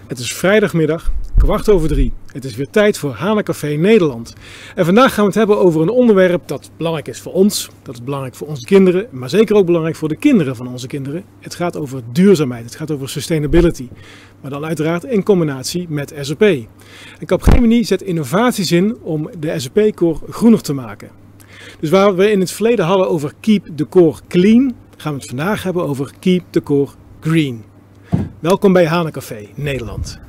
Het is vrijdagmiddag, 2:15. Het is weer tijd voor Hanecafé Nederland. En vandaag gaan we het hebben over een onderwerp dat belangrijk is voor ons. Dat is belangrijk voor onze kinderen, maar zeker ook belangrijk voor de kinderen van onze kinderen. Het gaat over duurzaamheid, het gaat over sustainability. Maar dan uiteraard in combinatie met SAP. En Capgemini zet innovaties in om de SAP-core groener te maken. Dus waar we in het verleden hadden over Keep the Core Clean, gaan we het vandaag hebben over Keep the Core Green. Welkom bij Hanecafé Nederland.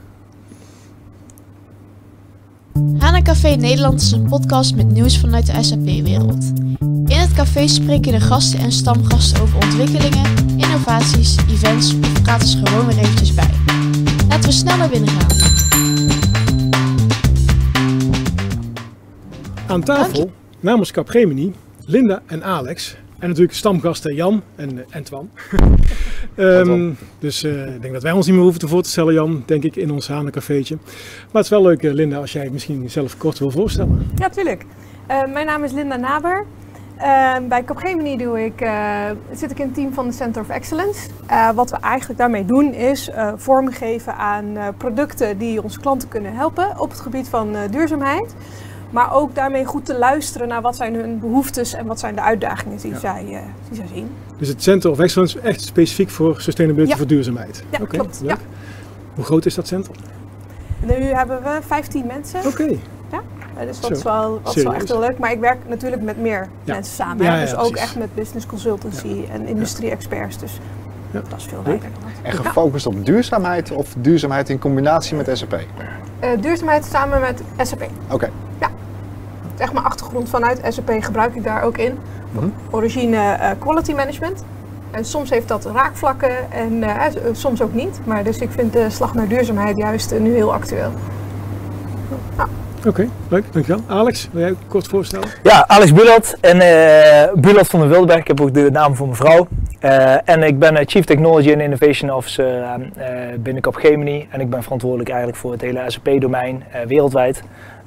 Hanecafé Nederland is een podcast met nieuws vanuit de SAP-wereld. In het café spreken de gasten en stamgasten over ontwikkelingen, innovaties, events of praten ze gewoon weer eventjes bij. Laten we snel naar binnen gaan. Aan tafel, namens Capgemini, Linda en Alex. En natuurlijk stamgasten Jan en Twan. Dus ik denk dat wij ons niet meer hoeven te voor te stellen, Jan, denk ik, in ons Hanecafeetje. Maar het is wel leuk, Linda, als jij misschien jezelf kort wil voorstellen. Ja, tuurlijk. Mijn naam is Linda Naber. Bij Capgemini zit ik in het team van de Center of Excellence. Wat we eigenlijk daarmee doen is vormgeven aan producten die onze klanten kunnen helpen op het gebied van duurzaamheid. Maar ook daarmee goed te luisteren naar wat zijn hun behoeftes en wat zijn de uitdagingen die zij zien. Dus het Center of Excellence echt specifiek voor sustainability, voor duurzaamheid? Ja, klopt. Leuk. Ja. Hoe groot is dat centrum? Nu hebben we 15 mensen. Oké. Ja, dus dat is wel echt heel leuk. Maar ik werk natuurlijk met meer mensen samen. Ja, dus ook precies. echt met business consultancy en industrie-experts. Dus dat is veel wijder. En gefocust op duurzaamheid of duurzaamheid in combinatie met SAP? Duurzaamheid samen met SAP. Oké. Ja. Echt mijn achtergrond vanuit SAP gebruik ik daar ook in. Origine quality management. En soms heeft dat raakvlakken en soms ook niet. Maar dus ik vind de slag naar duurzaamheid juist nu heel actueel. Ja. Oké, leuk, dankjewel. Alex, wil jij ook kort voorstellen? Ja, Alex Bulat en Bulat van der Wildenberg. Ik heb ook de naam van mijn vrouw. En ik ben Chief Technology and Innovation Officer binnen Capgemini. En ik ben verantwoordelijk eigenlijk voor het hele SAP-domein wereldwijd.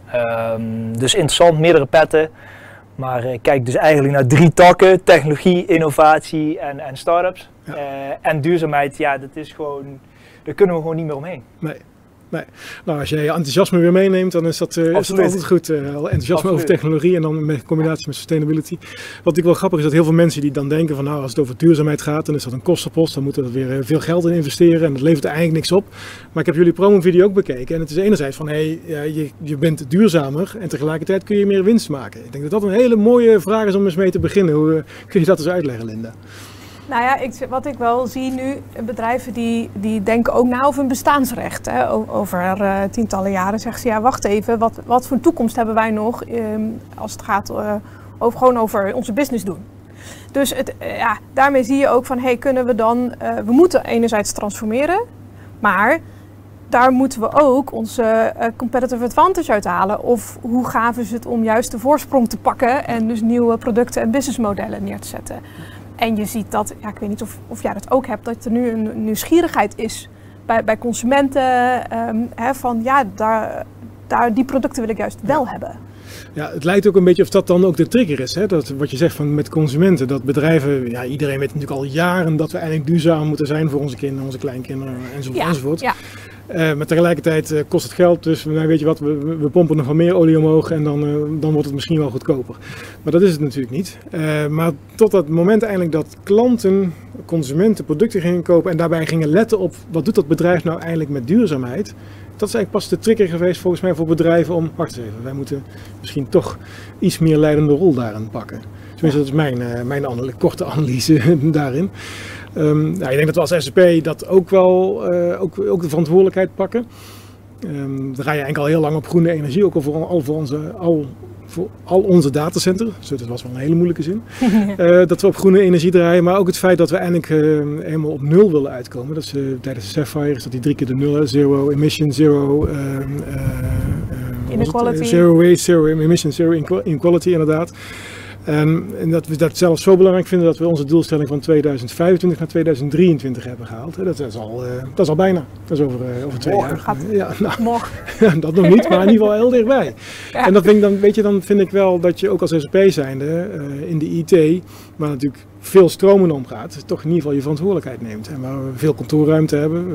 Dus interessant, meerdere petten. Maar kijk dus eigenlijk naar 3 takken: technologie, innovatie en start-ups. Ja. En duurzaamheid, ja, dat is gewoon, daar kunnen we gewoon niet meer omheen. Nee. Nou, als jij je enthousiasme weer meeneemt, dan is dat altijd goed. Enthousiasme over technologie en dan in combinatie met sustainability. Wat natuurlijk wel grappig is, dat heel veel mensen die dan denken van nou, als het over duurzaamheid gaat, dan is dat een kostenpost. Dan moeten we er weer veel geld in investeren en dat levert eigenlijk niks op. Maar ik heb jullie promo-video ook bekeken en het is enerzijds van je bent duurzamer en tegelijkertijd kun je meer winst maken. Ik denk dat dat een hele mooie vraag is om eens mee te beginnen. Hoe kun je dat eens uitleggen, Linda? Nou ja, wat ik wel zie nu, bedrijven die denken ook na over hun bestaansrecht. Hè. Over tientallen jaren zeggen ze, ja wacht even, wat voor toekomst hebben wij nog als het gaat over onze business doen. Dus daarmee zie je ook van, kunnen we dan, we moeten enerzijds transformeren, maar daar moeten we ook onze competitive advantage uithalen. Of hoe gaaf is het om juist de voorsprong te pakken en dus nieuwe producten en businessmodellen neer te zetten. En je ziet dat, ik weet niet of jij dat ook hebt, dat er nu een nieuwsgierigheid is bij consumenten. Die producten wil ik juist wel hebben. Ja, het lijkt ook een beetje of dat dan ook de trigger is. Hè? Dat, wat je zegt van met consumenten, dat bedrijven, iedereen weet natuurlijk al jaren dat we eigenlijk duurzaam moeten zijn voor onze kinderen, onze kleinkinderen enzovoort. Ja. Maar tegelijkertijd kost het geld, dus weet je wat, we pompen nog wel meer olie omhoog en dan wordt het misschien wel goedkoper. Maar dat is het natuurlijk niet. Maar tot dat moment eigenlijk dat klanten, consumenten producten gingen kopen en daarbij gingen letten op wat doet dat bedrijf nou eigenlijk met duurzaamheid. Dat is eigenlijk pas de trigger geweest volgens mij voor bedrijven om, wacht eens even, wij moeten misschien toch iets meer leidende rol daarin pakken. Tenminste, dat is mijn korte analyse daarin. Ik denk dat we als SAP dat ook wel ook de verantwoordelijkheid pakken. We rijden eigenlijk al heel lang op groene energie, ook al voor al onze datacenter. Dus dat was wel een hele moeilijke zin. Dat we op groene energie draaien, maar ook het feit dat we eigenlijk helemaal op 0 willen uitkomen. Dat is tijdens de Sapphire is dat die 3 keer de 0, zero emission, zero inequality. Zero waste, zero emission, zero inequality inderdaad. En dat we dat zelfs zo belangrijk vinden dat we onze doelstelling van 2025 naar 2023 hebben gehaald. Dat is al bijna. Dat is over 2 jaar. Ja, dat nog niet, maar in ieder geval heel dichtbij. Ja. En dat vind ik dan vind ik wel dat je ook als SAP zijnde in de IT, maar natuurlijk veel stroom in omgaat, toch in ieder geval je verantwoordelijkheid neemt. En waar we veel kantoorruimte hebben.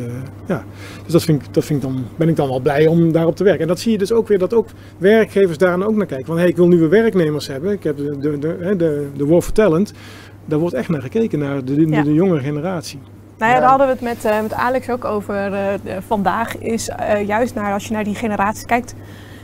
Dus ben ik dan wel blij om daarop te werken. En dat zie je dus ook weer, dat ook werkgevers daar ook naar kijken. Van ik wil nieuwe werknemers hebben. Ik heb de War for Talent. Daar wordt echt naar gekeken, naar de jongere generatie. Nou ja, daar hadden we het met Alex ook over vandaag. Is juist als je naar die generaties kijkt,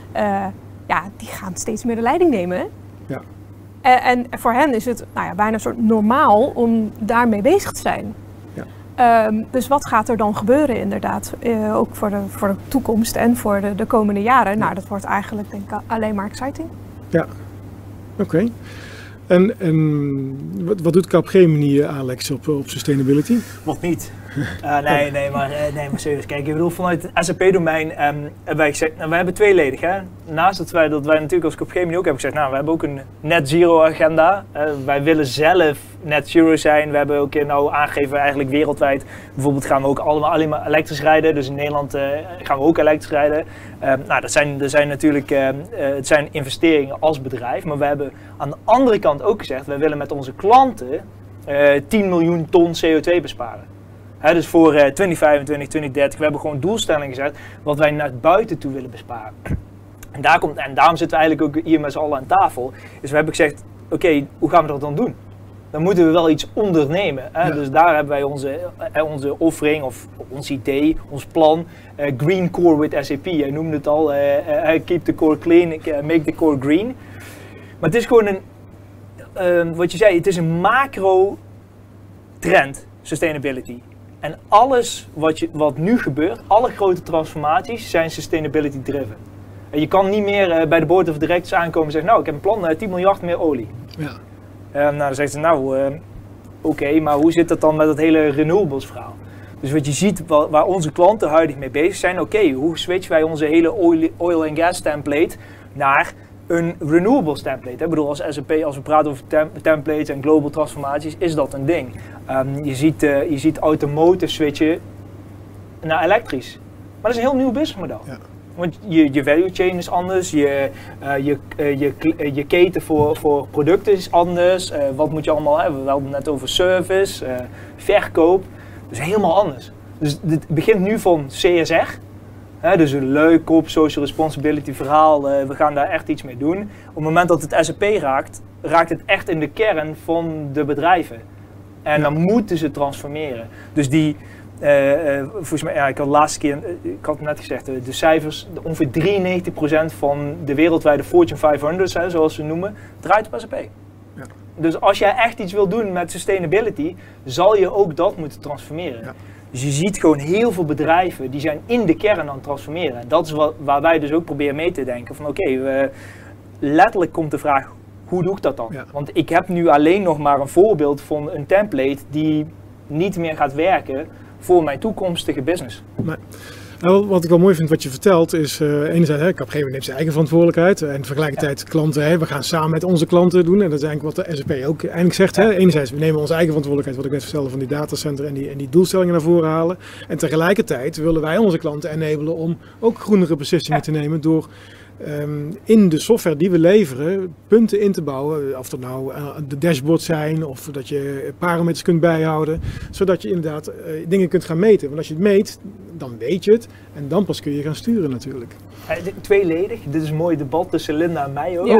die gaan steeds meer de leiding nemen. Hè? Ja. En voor hen is het bijna een soort normaal om daarmee bezig te zijn. Ja. Dus wat gaat er dan gebeuren inderdaad, ook voor de toekomst en voor de komende jaren? Nou, dat wordt eigenlijk denk ik alleen maar exciting. Ja, oké. En wat doet Capgemini, Alex, op sustainability? Wat niet. Nee, maar serieus. Kijk, ik bedoel, vanuit het SAP-domein hebben wij gezegd, we hebben tweeledig. Hè? Naast dat wij natuurlijk als Capgemini ook hebben gezegd, we hebben ook een net zero agenda. Wij willen zelf net zero zijn. We hebben ook aangegeven eigenlijk wereldwijd. Bijvoorbeeld gaan we ook alleen maar elektrisch rijden. Dus in Nederland gaan we ook elektrisch rijden. Dat zijn natuurlijk het zijn investeringen als bedrijf. Maar we hebben aan de andere kant ook gezegd, wij willen met onze klanten 10 miljoen ton CO2 besparen. Dus voor 2025, 2030, we hebben gewoon doelstellingen gezet wat wij naar buiten toe willen besparen. En daarom zitten we eigenlijk ook hier met z'n allen aan tafel. Dus we hebben gezegd, oké, hoe gaan we dat dan doen? Dan moeten we wel iets ondernemen. Ja. Dus daar hebben wij onze offering of ons idee, ons plan, Green Core with SAP. Jij noemde het al, keep the core clean, make the core green. Maar het is gewoon wat je zei, het is een macro trend, sustainability. En alles wat nu gebeurt, alle grote transformaties zijn sustainability driven. En je kan niet meer bij de board of directors aankomen en zeggen, ik heb een plan, 10 miljard meer olie. Ja. Dan zegt ze, oké, maar hoe zit dat dan met het hele renewables verhaal? Dus wat je ziet waar onze klanten huidig mee bezig zijn, hoe switchen wij onze hele oil and gas template naar een renewables template. Ik bedoel, als SAP, als we praten over templates en global transformaties, is dat een ding. Je ziet automotive switchen naar elektrisch. Maar dat is een heel nieuw businessmodel. Ja. Want je value chain is anders, je keten voor producten is anders. Wat moet je allemaal hebben? We hadden het net over service, verkoop. Dat is helemaal anders. Dus dit begint nu van CSR. Dus een leuk corporate social responsibility verhaal, we gaan daar echt iets mee doen. Op het moment dat het SAP raakt het echt in de kern van de bedrijven. En dan moeten ze transformeren. Dus volgens mij, ik had de laatste keer, ik had het net gezegd, de cijfers, ongeveer 93% van de wereldwijde Fortune 500, zoals ze noemen, draait op SAP. Ja. Dus als jij echt iets wil doen met sustainability, zal je ook dat moeten transformeren. Ja. Dus je ziet gewoon heel veel bedrijven die zijn in de kern aan het transformeren. En dat is waar wij dus ook proberen mee te denken. Van letterlijk komt de vraag, hoe doe ik dat dan? Ja. Want ik heb nu alleen nog maar een voorbeeld van een template die niet meer gaat werken voor mijn toekomstige business. Nee. Nou, wat ik wel mooi vind wat je vertelt is, enerzijds, Capgemini neemt zijn eigen verantwoordelijkheid en tegelijkertijd klanten, we gaan samen met onze klanten doen en dat is eigenlijk wat de SAP ook eigenlijk zegt. Ja. Enerzijds, we nemen onze eigen verantwoordelijkheid, wat ik net vertelde van die datacenter en die doelstellingen naar voren halen. En tegelijkertijd willen wij onze klanten enablen om ook groenere beslissingen te nemen door in de software die we leveren punten in te bouwen, of dat nou de dashboards zijn of dat je parameters kunt bijhouden, zodat je inderdaad dingen kunt gaan meten. Want als je het meet, dan weet je het en dan pas kun je gaan sturen natuurlijk. Tweeledig, dit is een mooi debat tussen Linda en mij ook. Ja.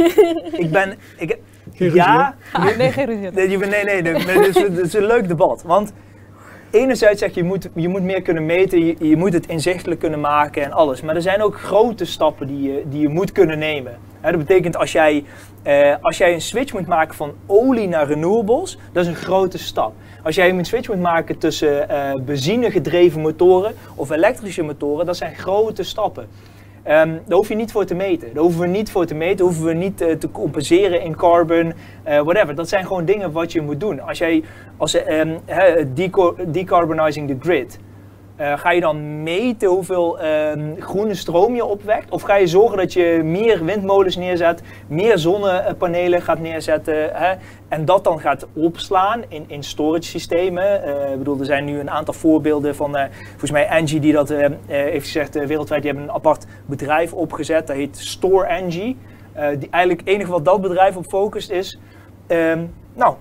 Geen ruzie. Nee, dit is een leuk debat, want enerzijds zeg je moet meer kunnen meten, je moet het inzichtelijk kunnen maken en alles. Maar er zijn ook grote stappen die je moet kunnen nemen. Dat betekent als jij een switch moet maken van olie naar renewables, dat is een grote stap. Als jij een switch moet maken tussen benzine gedreven motoren of elektrische motoren, dat zijn grote stappen. Daar hoef je niet voor te meten. Daar hoeven we niet voor te meten, hoeven we niet te compenseren in carbon, whatever. Dat zijn gewoon dingen wat je moet doen. Als decarbonizing the grid, ga je dan meten hoeveel groene stroom je opwekt? Of ga je zorgen dat je meer windmolens neerzet, meer zonnepanelen gaat neerzetten en dat dan gaat opslaan in storage systemen? Ik bedoel, er zijn nu een aantal voorbeelden van, volgens mij Engie die dat heeft gezegd wereldwijd, die hebben een apart bedrijf opgezet, dat heet Store Engie. Die eigenlijk het enige wat dat bedrijf op focust is,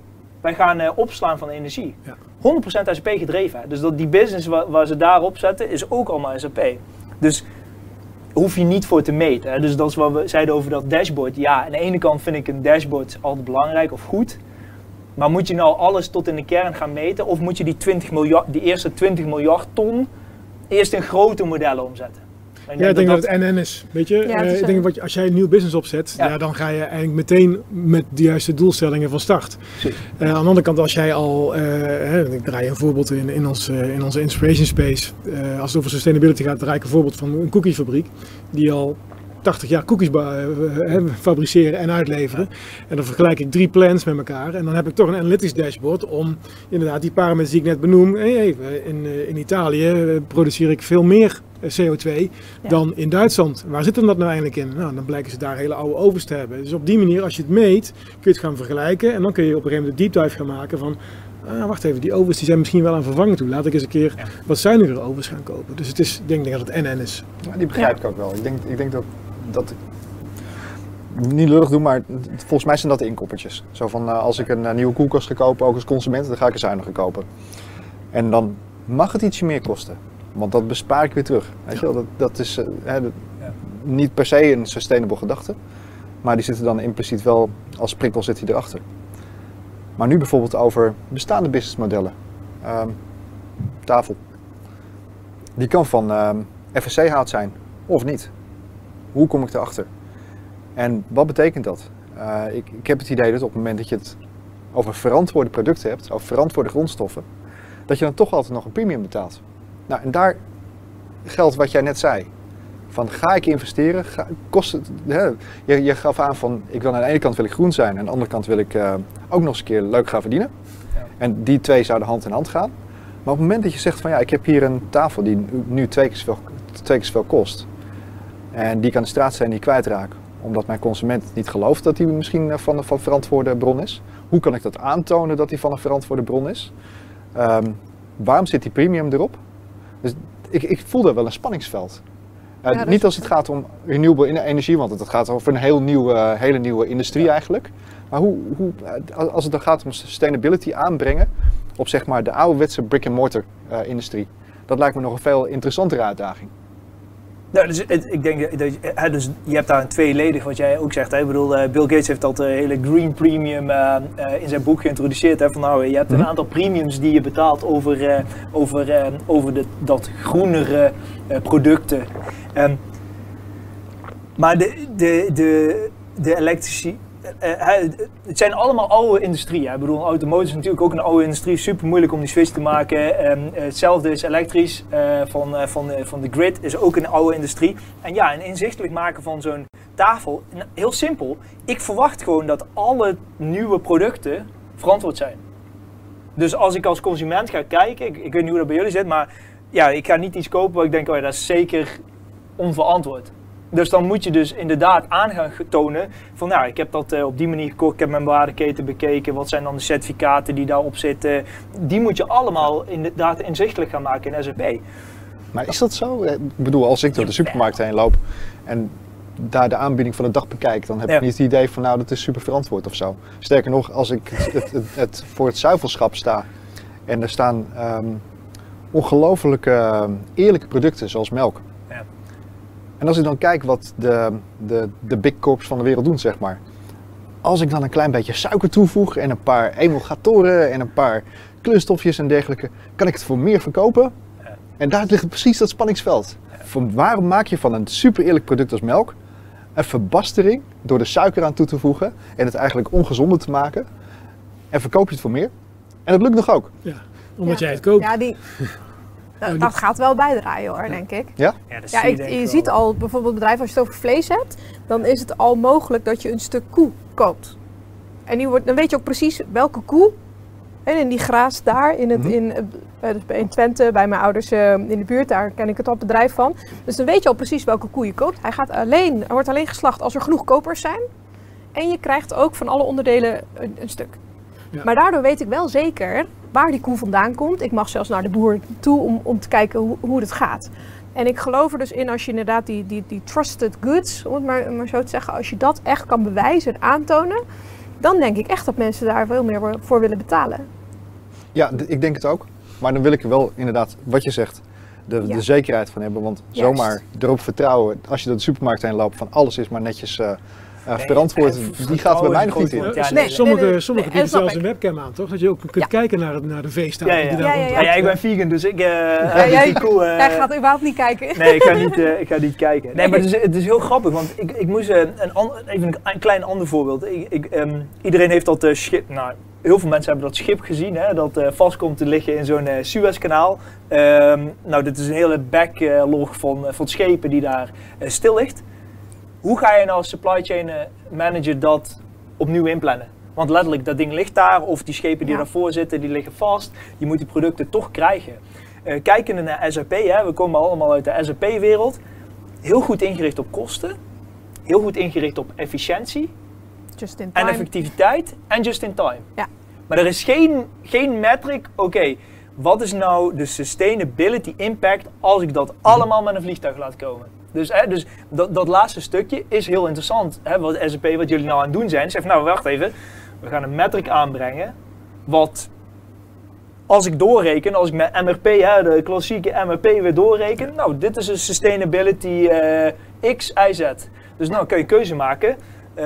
wij gaan opslaan van energie. Ja. 100% SAP gedreven. Hè? Dus die business waar ze daarop zetten is ook allemaal SAP. Dus hoef je niet voor te meten. Hè? Dus dat is wat we zeiden over dat dashboard. Ja, aan de ene kant vind ik een dashboard altijd belangrijk of goed. Maar moet je nou alles tot in de kern gaan meten? Of moet je die eerste 20 miljard ton eerst in grote modellen omzetten? Ik denk dat het NN is. Weet je? Ik denk dat als jij een nieuw business opzet, dan ga je eigenlijk meteen met de juiste doelstellingen van start. Aan de andere kant, als jij al, ik draai een voorbeeld in onze Inspiration Space. Als het over sustainability gaat, draai ik een voorbeeld van een cookiefabriek die al 80 jaar cookies fabriceren en uitleveren. En dan vergelijk ik 3 plants met elkaar. En dan heb ik toch een analytics dashboard om inderdaad die parameters die ik net benoem. In Italië produceer ik veel meer CO2 dan in Duitsland. Waar zit hem dat nou eigenlijk in? Nou, dan blijken ze daar hele oude ovens te hebben. Dus op die manier, als je het meet, kun je het gaan vergelijken. En dan kun je op een gegeven moment een deep dive gaan maken van... wacht even, die ovens die zijn misschien wel aan vervangen toe. Laat ik eens een keer wat zuinigere ovens gaan kopen. Dus het is, ik denk dat het NN is. Ja, die begrijp ik ook wel. Ik denk dat niet lullig doen, maar volgens mij zijn dat de inkoppertjes. Zo van, als ik een nieuwe koelkast ga kopen, ook als consument, dan ga ik een zuiniger kopen. En dan mag het ietsje meer kosten. Want dat bespaar ik weer terug. Weet je wel? Dat is niet per se een sustainable gedachte. Maar die zitten dan impliciet wel, als prikkel zit hij erachter. Maar nu bijvoorbeeld over bestaande businessmodellen. Tafel. Die kan van FSC hout zijn, of niet. Hoe kom ik erachter? En wat betekent dat? Ik heb het idee dat op het moment dat je het over verantwoorde producten hebt, over verantwoorde grondstoffen, dat je dan toch altijd nog een premium betaalt. Nou, en daar geldt wat jij net zei. Van, ga ik investeren? Kost het, je gaf aan van, aan de ene kant wil ik groen zijn, en aan de andere kant wil ik ook nog eens een keer leuk gaan verdienen. Ja. En die twee zouden hand in hand gaan. Maar op het moment dat je zegt van, ik heb hier een tafel die nu twee keer zoveel kost. En die ik aan de straatsteen niet kwijtraak, omdat mijn consument niet gelooft dat die misschien van een verantwoorde bron is. Hoe kan ik dat aantonen dat die van een verantwoorde bron is? Waarom zit die premium erop? Dus ik voel daar wel een spanningsveld. Niet als het gaat om renewable energie, want het gaat over een hele nieuwe industrie eigenlijk. Maar als het dan gaat om sustainability aanbrengen op zeg maar de ouderwetse brick-and-mortar industrie. Dat lijkt me nog een veel interessantere uitdaging. Nou, dus ik denk dat dus je hebt daar een tweeledig wat jij ook zegt. Hè? Ik bedoel, Bill Gates heeft dat hele green premium in zijn boek geïntroduceerd. Hè? Van, je hebt een aantal premiums die je betaalt over dat groenere producten. Maar de elektrische... het zijn allemaal oude industrieën. Ik bedoel, automotive is natuurlijk ook een oude industrie. Super moeilijk om die switch te maken. Hetzelfde is elektrisch. Van de grid is ook een oude industrie. En ja, een inzichtelijk maken van zo'n tafel. Heel simpel. Ik verwacht gewoon dat alle nieuwe producten verantwoord zijn. Dus als ik als consument ga kijken, ik weet niet hoe dat bij jullie zit, maar ja, ik ga niet iets kopen waar ik denk, dat is zeker onverantwoord. Dus dan moet je dus inderdaad aan gaan tonen van ik heb dat op die manier gekocht, ik heb mijn waardeketen bekeken, wat zijn dan de certificaten die daarop zitten. Die moet je allemaal inderdaad inzichtelijk gaan maken in SAP. Maar is dat zo? Ik bedoel, als ik door de supermarkt heen loop en daar de aanbieding van de dag bekijk, dan heb ik niet het idee van dat is super verantwoord of zo. Sterker nog, als ik het voor het zuivelschap sta en er staan ongelooflijke eerlijke producten zoals melk. En als ik dan kijk wat de big corps van de wereld doen, zeg maar. Als ik dan een klein beetje suiker toevoeg en een paar emulgatoren en een paar kleurstofjes en dergelijke, kan ik het voor meer verkopen. Ja. En daar ligt precies dat spanningsveld. Ja. Waarom maak je van een super eerlijk product als melk een verbastering door er suiker aan toe te voegen en het eigenlijk ongezonder te maken en verkoop je het voor meer? En dat lukt nog ook. Ja, omdat jij het koopt. Ja, dat gaat wel bijdraaien hoor, denk ik. Ja? Je ziet al bijvoorbeeld bedrijven, als je het over vlees hebt, dan is het al mogelijk dat je een stuk koe koopt. En dan weet je ook precies welke koe. En die graast daar in Twente, bij mijn ouders in de buurt, daar ken ik het al bedrijf van. Dus dan weet je al precies welke koe je koopt. Hij wordt alleen geslacht als er genoeg kopers zijn. En je krijgt ook van alle onderdelen een stuk. Ja. Maar daardoor weet ik wel zeker waar die koe vandaan komt. Ik mag zelfs naar de boer toe om te kijken hoe het gaat. En ik geloof er dus in als je inderdaad die trusted goods, om het maar zo te zeggen, als je dat echt kan bewijzen en aantonen, dan denk ik echt dat mensen daar veel meer voor willen betalen. Ja, ik denk het ook. Maar dan wil ik er wel inderdaad, wat je zegt, de zekerheid van hebben. Want zomaar erop vertrouwen, als je door de supermarkt heen loopt, van alles is maar netjes verantwoord. Die gaat bij mij nog niet in. Sommigen bieden zelfs een webcam aan, toch? Dat je ook kunt kijken naar de veestapel die daar rond. Ja, ik ben vegan, dus ik... Jij gaat überhaupt niet kijken. Nee, ik ga niet kijken. Nee, maar het is heel grappig, want ik moest even een klein ander voorbeeld. Iedereen heeft dat schip... Nou, heel veel mensen hebben dat schip gezien, hè, dat vast komt te liggen in zo'n Suezkanaal. Nou, dit is een hele backlog van schepen die daar stil ligt. Hoe ga je nou als supply chain manager dat opnieuw inplannen? Want letterlijk, dat ding ligt daar, of die schepen die daarvoor zitten, die liggen vast. Je moet die producten toch krijgen. Kijkende naar SAP, hè, we komen allemaal uit de SAP-wereld. Heel goed ingericht op kosten. Heel goed ingericht op efficiëntie. Just in time. En effectiviteit en just in time. Ja. Maar er is geen metric, oké, wat is nou de sustainability impact als ik dat allemaal met een vliegtuig laat komen? Dus dat laatste stukje is heel interessant. Hè, wat SAP, wat jullie nou aan het doen zijn. Zegt nou wacht even, we gaan een metric aanbrengen. Wat, als ik doorreken, als ik met MRP, hè, de klassieke MRP weer doorreken. Nou, dit is een sustainability X, Y, Z. Dus nou kun je keuze maken.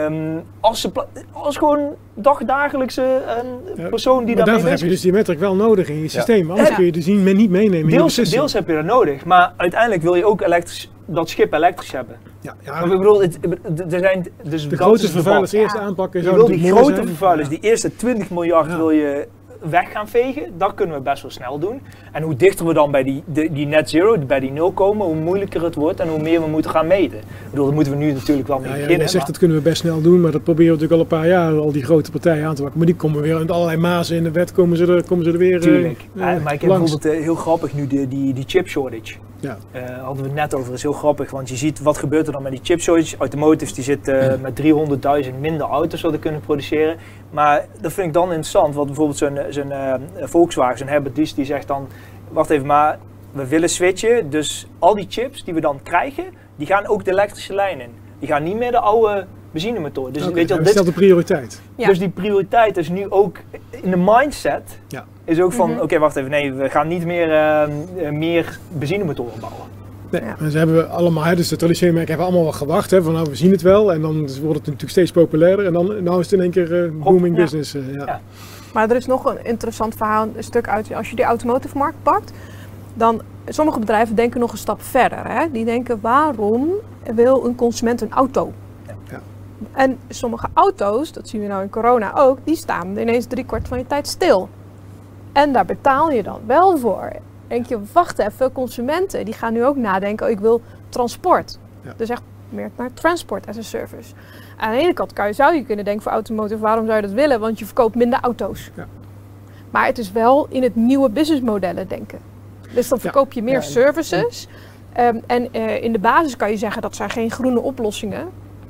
Als gewoon dagdagelijkse persoon die daarmee bezig is. Daarvoor heb je dus die metric wel nodig in je systeem. Anders kun je dus niet meenemen. Deels heb je dat nodig, maar uiteindelijk wil je ook dat schip elektrisch hebben. Ja. Maar ik bedoel, er zijn dus de grote vervuilers eerst aanpakken. Je wil die grote vervuilers, die eerste 20 miljard wil je weg gaan vegen. Dat kunnen we best wel snel doen. En hoe dichter we dan bij die net zero, bij die nul komen, hoe moeilijker het wordt en hoe meer we moeten gaan meten. Ik bedoel, dat moeten we nu natuurlijk wel mee beginnen. Je zegt dat kunnen we best snel doen, maar dat proberen we natuurlijk al een paar jaar, al die grote partijen aan te pakken. Maar die komen weer met allerlei mazen in de wet, komen ze er weer Tuurlijk. Maar ik heb bijvoorbeeld heel grappig nu die chip shortage. Ja. Hadden we het net over, is heel grappig, want je ziet wat gebeurt er dan met die chip shortage. Automotives die zitten met 300.000 minder auto's zouden kunnen produceren. Maar dat vind ik dan interessant, want bijvoorbeeld zo'n Volkswagen, zo'n Herbert Diess, die zegt dan, wacht even maar, we willen switchen, dus al die chips die we dan krijgen, die gaan ook de elektrische lijn in. Die gaan niet meer de oude benzinemotor. Dus weet je wel, dit is de prioriteit. Ja. Dus die prioriteit is nu ook in de mindset. Ja. Is ook van, oké, wacht even, nee, we gaan niet meer benzinemotoren bouwen. Nee, en ze hebben allemaal, dus de traditionele merken hebben allemaal wel gewacht, hè, van nou, we zien het wel en dan wordt het natuurlijk steeds populairder en dan nou is het in één keer booming business. Ja. Maar er is nog een interessant verhaal, een stuk uit, als je die automotive markt pakt, dan sommige bedrijven denken nog een stap verder. Hè? Die denken, waarom wil een consument een auto? Ja. En sommige auto's, dat zien we nou in corona ook, die staan ineens 3/4 van je tijd stil. En daar betaal je dan wel voor. Denk je, wacht even, veel consumenten die gaan nu ook nadenken, oh, ik wil transport. Ja. Dus echt meer naar transport as a service. Aan de ene kant zou je kunnen denken voor automotive, waarom zou je dat willen? Want je verkoopt minder auto's. Ja. Maar het is wel in het nieuwe businessmodellen denken. Dus dan verkoop je meer services. En in de basis kan je zeggen dat zijn geen groene oplossingen.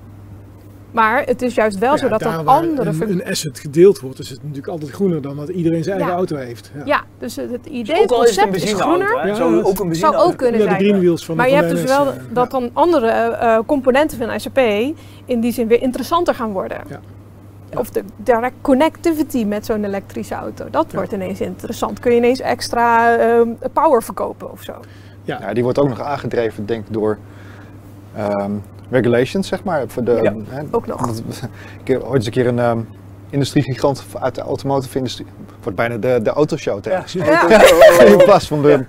Maar het is juist wel zo dat dan andere... een asset gedeeld wordt, is het natuurlijk altijd groener dan dat iedereen zijn eigen auto heeft. Ja, dus het idee, het concept is groener. Zou ook een benzineauto. Zou ook kunnen zijn. De greenwheels van maar je hebt dus wel dat dan andere componenten van SAP in die zin weer interessanter gaan worden. Ja. Of de direct connectivity met zo'n elektrische auto. Dat wordt ineens interessant. Kun je ineens extra power verkopen of zo. Ja, die wordt ook nog aangedreven, denk ik, door... regulations, zeg maar. Voor de, ook nog. Ik heb ooit eens een keer een industriegigant uit de automotive industrie. Wordt bijna de autoshow trouwens. In plaats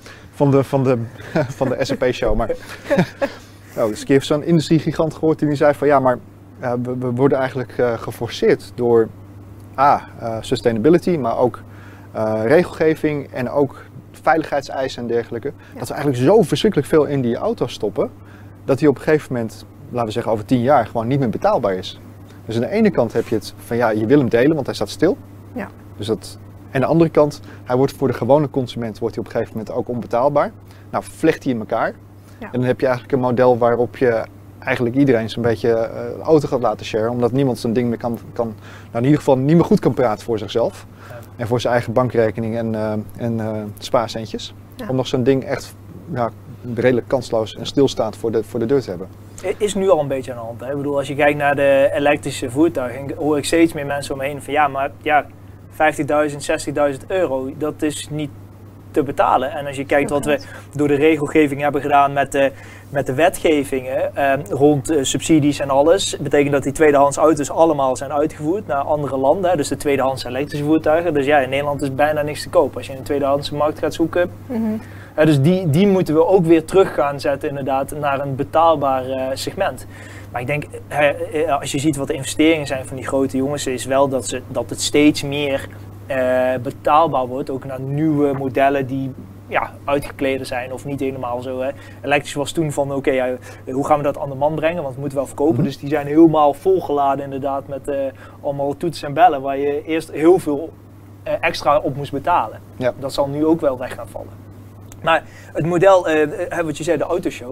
van de SAP-show. Maar dus ik heb zo'n industriegigant gehoord die zei van ja, maar we worden eigenlijk geforceerd door sustainability, maar ook regelgeving en ook veiligheidseisen en dergelijke. Dat we eigenlijk zo verschrikkelijk veel in die auto's stoppen, dat die op een gegeven moment, laten we zeggen over 10 jaar, gewoon niet meer betaalbaar is. Dus aan de ene kant heb je het van ja, je wil hem delen, want hij staat stil. Ja. Dus dat, en aan de andere kant, hij wordt voor de gewone consument wordt hij op een gegeven moment ook onbetaalbaar. Nou, vlecht hij in elkaar. Ja. En dan heb je eigenlijk een model waarop je eigenlijk iedereen zo'n beetje de auto gaat laten sharen, omdat niemand zijn ding meer kan nou in ieder geval niet meer goed kan praten voor zichzelf. Ja. En voor zijn eigen bankrekening en spaarcentjes. Ja. Om nog zo'n ding echt redelijk kansloos en stilstaand voor de deur te hebben. Is nu al een beetje aan de hand. Hè? Ik bedoel, als je kijkt naar de elektrische voertuigen, hoor ik steeds meer mensen om me heen van ja, 50.000, 60.000 euro, dat is niet te betalen. En als je kijkt wat we door de regelgeving hebben gedaan met de wetgevingen rond subsidies en alles, betekent dat die tweedehands auto's allemaal zijn uitgevoerd naar andere landen. Hè? Dus de tweedehands elektrische voertuigen. Dus ja, in Nederland is bijna niks te koop als je in de tweedehandse markt gaat zoeken. Dus die moeten we ook weer terug gaan zetten inderdaad naar een betaalbaar segment. Maar ik denk, als je ziet wat de investeringen zijn van die grote jongens, is wel dat het steeds meer betaalbaar wordt. Ook naar nieuwe modellen die uitgekleder zijn of niet helemaal zo. Hè. Elektrisch was toen van hoe gaan we dat aan de man brengen, want het moet wel verkopen. Dus die zijn helemaal volgeladen inderdaad met allemaal toetsen en bellen waar je eerst heel veel extra op moest betalen. Ja. Dat zal nu ook wel weg gaan vallen. Maar het model, wat je zei, de autoshow.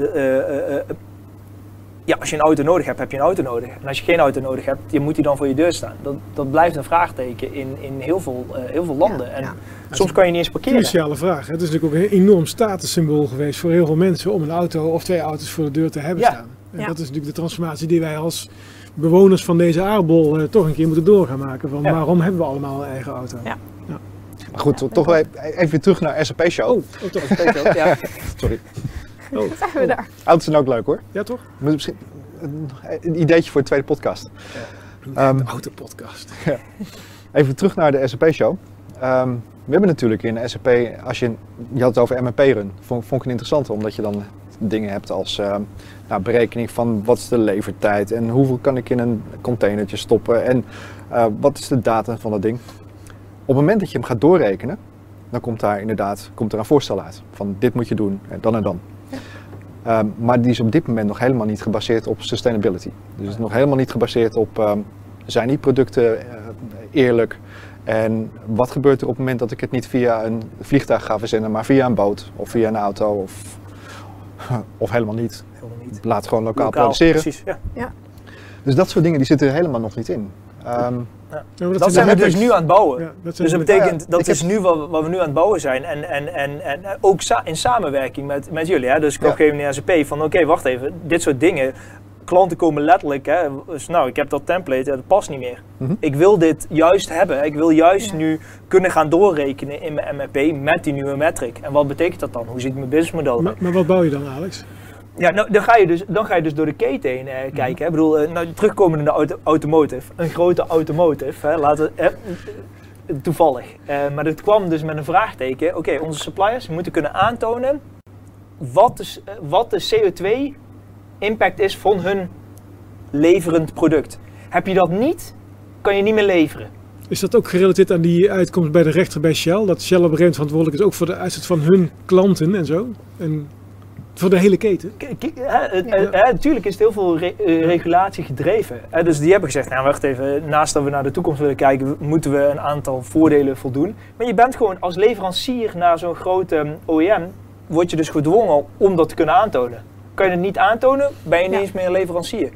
Als je een auto nodig hebt, heb je een auto nodig. En als je geen auto nodig hebt, moet die dan voor je deur staan. Dat blijft een vraagteken in heel veel landen. En soms kan je niet eens parkeren. Een cruciale vraag. Het is natuurlijk ook een enorm statussymbool geweest voor heel veel mensen om een auto of 2 auto's voor de deur te hebben staan. En dat is natuurlijk de transformatie die wij als bewoners van deze aardbol toch een keer moeten doorgaan maken. Van waarom hebben we allemaal een eigen auto? Ja. Maar goed, toch even weer terug naar SAP Show. Toch SAP Show, ja. Sorry. Zijn we daar? Auto's zijn ook leuk hoor. Ja toch? Misschien een ideetje voor de tweede podcast. De autopodcast. Ja. Even terug naar de SAP Show. We hebben natuurlijk in SAP, je had het over MRP Run, vond ik het interessant omdat je dan dingen hebt als berekening van wat is de levertijd en hoeveel kan ik in een containertje stoppen en wat is de data van dat ding. Op het moment dat je hem gaat doorrekenen, dan komt er een voorstel uit van dit moet je doen en dan en dan. Ja. Maar die is op dit moment nog helemaal niet gebaseerd op sustainability. Dus het is nog helemaal niet gebaseerd op zijn die producten eerlijk en wat gebeurt er op het moment dat ik het niet via een vliegtuig ga verzenden, maar via een boot of via een auto of helemaal niet. Laat het gewoon lokaal produceren. Precies, ja. Dus dat soort dingen die zitten er helemaal nog niet in. Dat zijn we dus nu aan het bouwen. Ja, dus dat betekent, dat is nu wat we nu aan het bouwen zijn. En ook in samenwerking met jullie. Hè? Dus ik op een SAP van oké, wacht even, dit soort dingen. Klanten komen letterlijk, hè, dus ik heb dat template, dat past niet meer. Ik wil dit juist hebben. Ik wil juist nu kunnen gaan doorrekenen in mijn MRP met die nieuwe metric. En wat betekent dat dan? Hoe ziet mijn businessmodel eruit? Maar wat bouw je dan, Alex? Ja, dan ga je dus door de keten heen kijken. Hè. Ik bedoel, terugkomen in de automotive, een grote automotive, hè, toevallig. Maar dat kwam dus met een vraagteken. Oké, onze suppliers moeten kunnen aantonen wat de CO2-impact is van hun leverend product. Heb je dat niet, kan je niet meer leveren. Is dat ook gerelateerd aan die uitkomst bij de rechter bij Shell? Dat Shell op een gegeven moment verantwoordelijk is ook voor de uitstoot van hun klanten en zo? En voor de hele keten? Natuurlijk is het heel veel regulatie gedreven. Dus die hebben gezegd, wacht even, naast dat we naar de toekomst willen kijken, moeten we een aantal voordelen voldoen. Maar je bent gewoon als leverancier naar zo'n grote OEM, word je dus gedwongen om dat te kunnen aantonen. Kan je het niet aantonen, ben je niet eens meer een leverancier.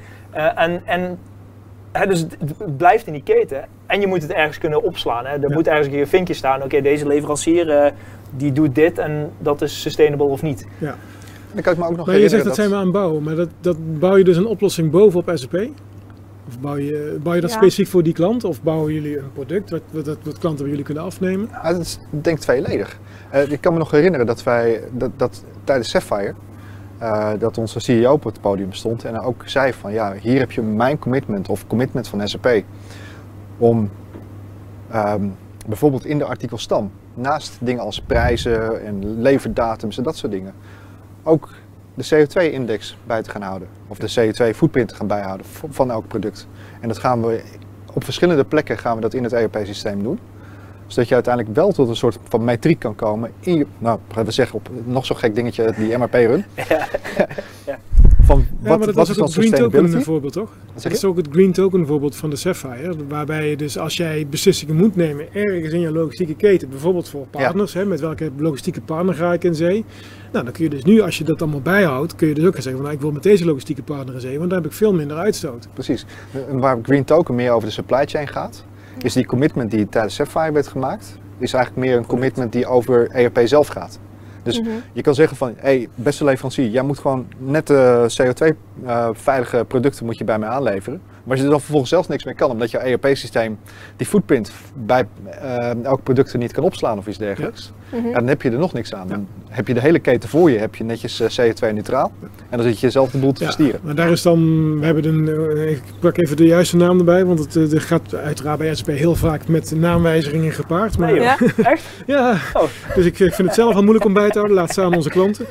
Dus het blijft in die keten en je moet het ergens kunnen opslaan. Hè. Er moet ergens een keer een vinkje staan, oké, deze leverancier die doet dit en dat is sustainable of niet. Ja. Dan kan ik me ook nog je zegt dat zijn we aan het bouwen, maar dat bouw je dus een oplossing bovenop SAP? Of bouw je dat specifiek voor die klant? Of bouwen jullie een product wat klanten bij jullie kunnen afnemen? Het is denk ik tweeledig. Ik kan me nog herinneren dat tijdens Sapphire, dat onze CEO op het podium stond en ook zei van hier heb je mijn commitment of commitment van SAP om bijvoorbeeld in de artikel stam, naast dingen als prijzen en leverdatums en dat soort dingen, ook de CO2-index bij te gaan houden. Of de CO2-footprint te gaan bijhouden van elk product. En dat gaan we op verschillende plekken in het ERP-systeem doen. Zodat je uiteindelijk wel tot een soort van metriek kan komen in je, laten we zeggen op nog zo'n gek dingetje, die MRP-run. Ja. Van maar dat was ook het Green Token voorbeeld, toch? Dat is ook het Green Token voorbeeld van de Sapphire. Waarbij je dus als jij beslissingen moet nemen ergens in je logistieke keten, bijvoorbeeld voor partners, met welke logistieke partner ga ik in zee. Nou, dan kun je dus nu, als je dat allemaal bijhoudt, kun je dus ook gaan zeggen van ik wil met deze logistieke partner in zee, want dan heb ik veel minder uitstoot. Precies. En waar Green Token meer over de supply chain gaat, is die commitment die tijdens Sapphire werd gemaakt, is eigenlijk meer een commitment die over ERP zelf gaat. Dus je kan zeggen van, beste leverancier, jij moet gewoon net CO2-veilige producten moet je bij mij aanleveren. Maar als je er dan vervolgens zelfs niks mee kan, omdat jouw ERP-systeem die footprint bij elk product er niet kan opslaan of iets dergelijks, dan heb je er nog niks aan. Dan heb je de hele keten voor je, heb je netjes CO2-neutraal en dan zit je zelf de boel te verstieren. Maar daar is dan, ik pak even de juiste naam erbij, want het gaat uiteraard bij SAP heel vaak met naamwijzigingen gepaard. Maar, ja, echt? Ja, dus ik vind het zelf wel moeilijk om bij te houden, laat staan onze klanten.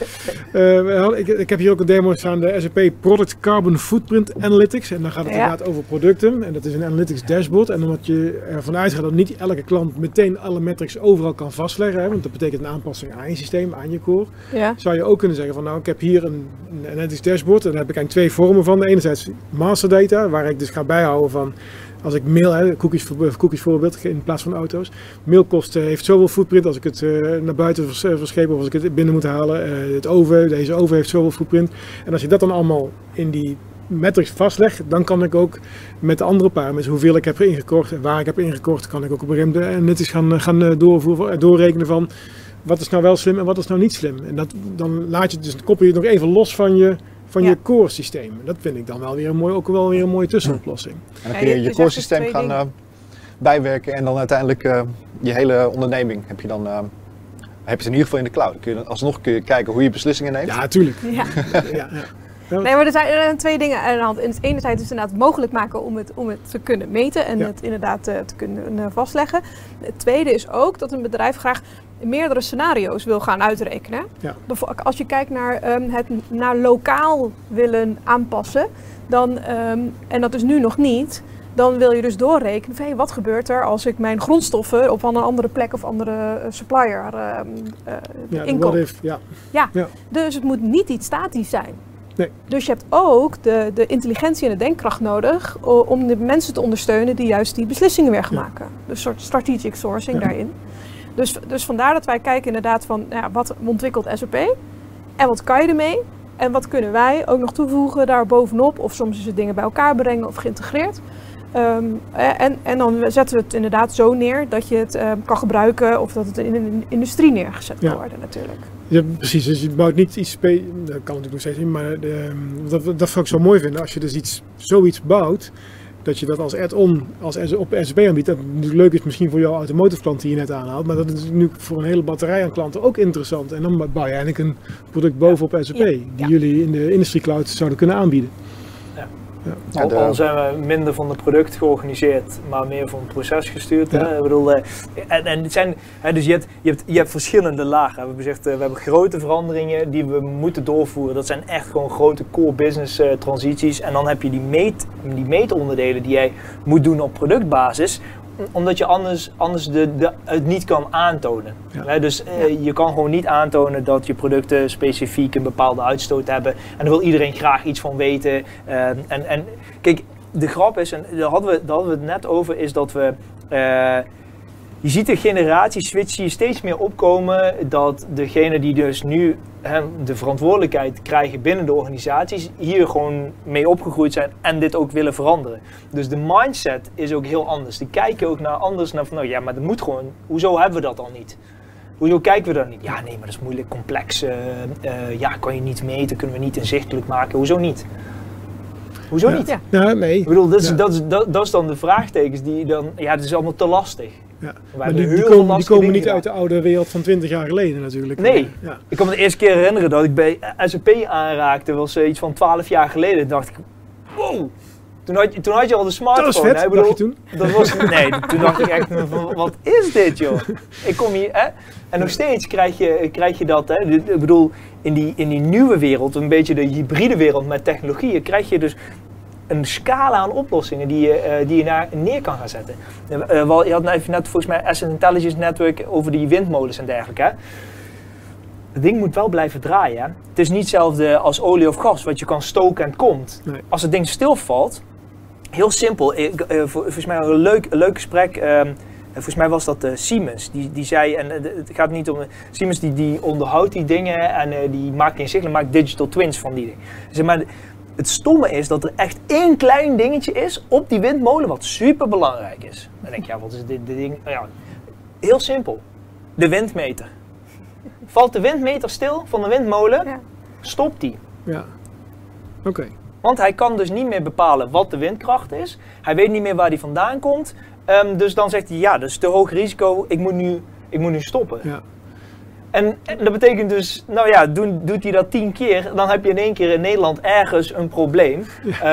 Ik heb hier ook een demo staan, de SAP Product Carbon Footprint Analytics. En dan gaat het inderdaad over producten. En dat is een analytics dashboard. En omdat je ervan uitgaat dat niet elke klant meteen alle metrics overal kan vastleggen, want dat betekent een aanpassing aan je systeem, aan je core, zou je ook kunnen zeggen van, nou, ik heb hier een analytics dashboard. En daar heb ik eigenlijk twee vormen van. Enerzijds master data, waar ik dus ga bijhouden van, als ik mail, cookies voorbeeld, in plaats van auto's. Mailkosten heeft zoveel footprint als ik het naar buiten verscheep of als ik het binnen moet halen. Deze oven heeft zoveel footprint. En als je dat dan allemaal in die metrics vastlegt, dan kan ik ook met de andere parameters, hoeveel ik heb ingekocht en waar ik heb ingekocht, kan ik ook op een gegeven moment netjes gaan doorrekenen van wat is nou wel slim en wat is nou niet slim. En dan koppel je het nog even los van je core systeem. Dat vind ik dan wel weer een mooie tussenoplossing. En dan kun je core systeem gaan bijwerken en dan uiteindelijk je hele onderneming heb je het in ieder geval in de cloud. Alsnog kun je kijken hoe je beslissingen neemt. Ja, natuurlijk. Ja. Nee, maar er zijn twee dingen aan de hand. Enerzijds is inderdaad mogelijk maken om het te kunnen meten en het inderdaad te kunnen vastleggen. Het tweede is ook dat een bedrijf graag meerdere scenario's wil gaan uitrekenen. Ja. Als je kijkt naar het naar lokaal willen aanpassen, dan, en dat is nu nog niet, dan wil je dus doorrekenen van wat gebeurt er als ik mijn grondstoffen op een andere plek of andere supplier inkoop. Dus het moet niet iets statisch zijn. Nee. Dus je hebt ook de intelligentie en de denkkracht nodig om de mensen te ondersteunen die juist die beslissingen weer gaan maken. Dus een soort strategic sourcing daarin. Dus vandaar dat wij kijken inderdaad van wat ontwikkelt SAP en wat kan je ermee en wat kunnen wij ook nog toevoegen daar bovenop of soms is het dingen bij elkaar brengen of geïntegreerd. En dan zetten we het inderdaad zo neer dat je het kan gebruiken of dat het in een industrie neergezet kan worden natuurlijk. Ja, precies. Dus je bouwt niet iets, dat kan natuurlijk nog steeds niet, maar dat zou ik zo mooi vinden. Als je dus zoiets bouwt, dat je dat als add-on op SAP aanbiedt. Dat natuurlijk leuk is misschien voor jouw automotive klant die je net aanhaalt, maar dat is nu voor een hele batterij aan klanten ook interessant. En dan bouw je eigenlijk een product bovenop SAP, die jullie in de Industry Cloud zouden kunnen aanbieden. Ja. Al zijn we minder van het product georganiseerd, maar meer van het proces gestuurd. Ja. Ik bedoel, dus je hebt verschillende lagen. We hebben gezegd, we hebben grote veranderingen die we moeten doorvoeren. Dat zijn echt gewoon grote core business transities. En dan heb je die meetonderdelen die jij moet doen op productbasis, omdat je anders het niet kan aantonen. Ja. Dus je kan gewoon niet aantonen dat je producten specifiek een bepaalde uitstoot hebben. En daar wil iedereen graag iets van weten. En kijk, de grap is, en daar hadden we het net over, is dat we... je ziet de generatieswitch steeds meer opkomen dat degenen die dus nu de verantwoordelijkheid krijgen binnen de organisaties hier gewoon mee opgegroeid zijn en dit ook willen veranderen. Dus de mindset is ook heel anders. Die kijken ook naar van maar dat moet gewoon, hoezo hebben we dat dan niet? Hoezo kijken we dan niet? Ja, nee, maar dat is moeilijk, complex, kan je niet meten, kunnen we niet inzichtelijk maken, hoezo niet? Hoezo niet? Ja, nee. Ik bedoel, dat is dan de vraagtekens die dan, dat is allemaal te lastig. Ja. Maar die komen niet uit de oude wereld van 20 jaar geleden natuurlijk. Nee, ik kan me de eerste keer herinneren dat ik bij SAP aanraakte, was iets van 12 jaar geleden. Dacht ik, wow, toen had je al de smartphone. Dat was vet, dacht je toen? Toen dacht ik echt van, wat is dit joh? Ik kom hier, en nog steeds krijg je dat, ik bedoel, in die nieuwe wereld, een beetje de hybride wereld met technologieën, krijg je dus een scala aan oplossingen die je neer kan gaan zetten. Je had net volgens mij Asset Intelligence Network over die windmolens en dergelijke. Hè? Het ding moet wel blijven draaien. Hè? Het is niet hetzelfde als olie of gas, wat je kan stoken en het komt. Nee. Als het ding stilvalt, heel simpel. Volgens mij een leuk gesprek. Volgens mij was dat Siemens. Die zei, en het gaat niet om... Siemens die onderhoudt die dingen en die maakt inzichtelijk, maakt digital twins van die dingen. Zeg maar, het stomme is dat er echt één klein dingetje is op die windmolen wat super belangrijk is. Dan denk je, wat is dit ding? Ja, heel simpel. De windmeter. Valt de windmeter stil van de windmolen, stopt die. Ja, oké. Want hij kan dus niet meer bepalen wat de windkracht is. Hij weet niet meer waar die vandaan komt. Dus dan zegt hij, ja, dat is te hoog risico, ik moet nu stoppen. Ja. En dat betekent dus, nou ja, doet hij dat 10 keer, dan heb je in één keer in Nederland ergens een probleem.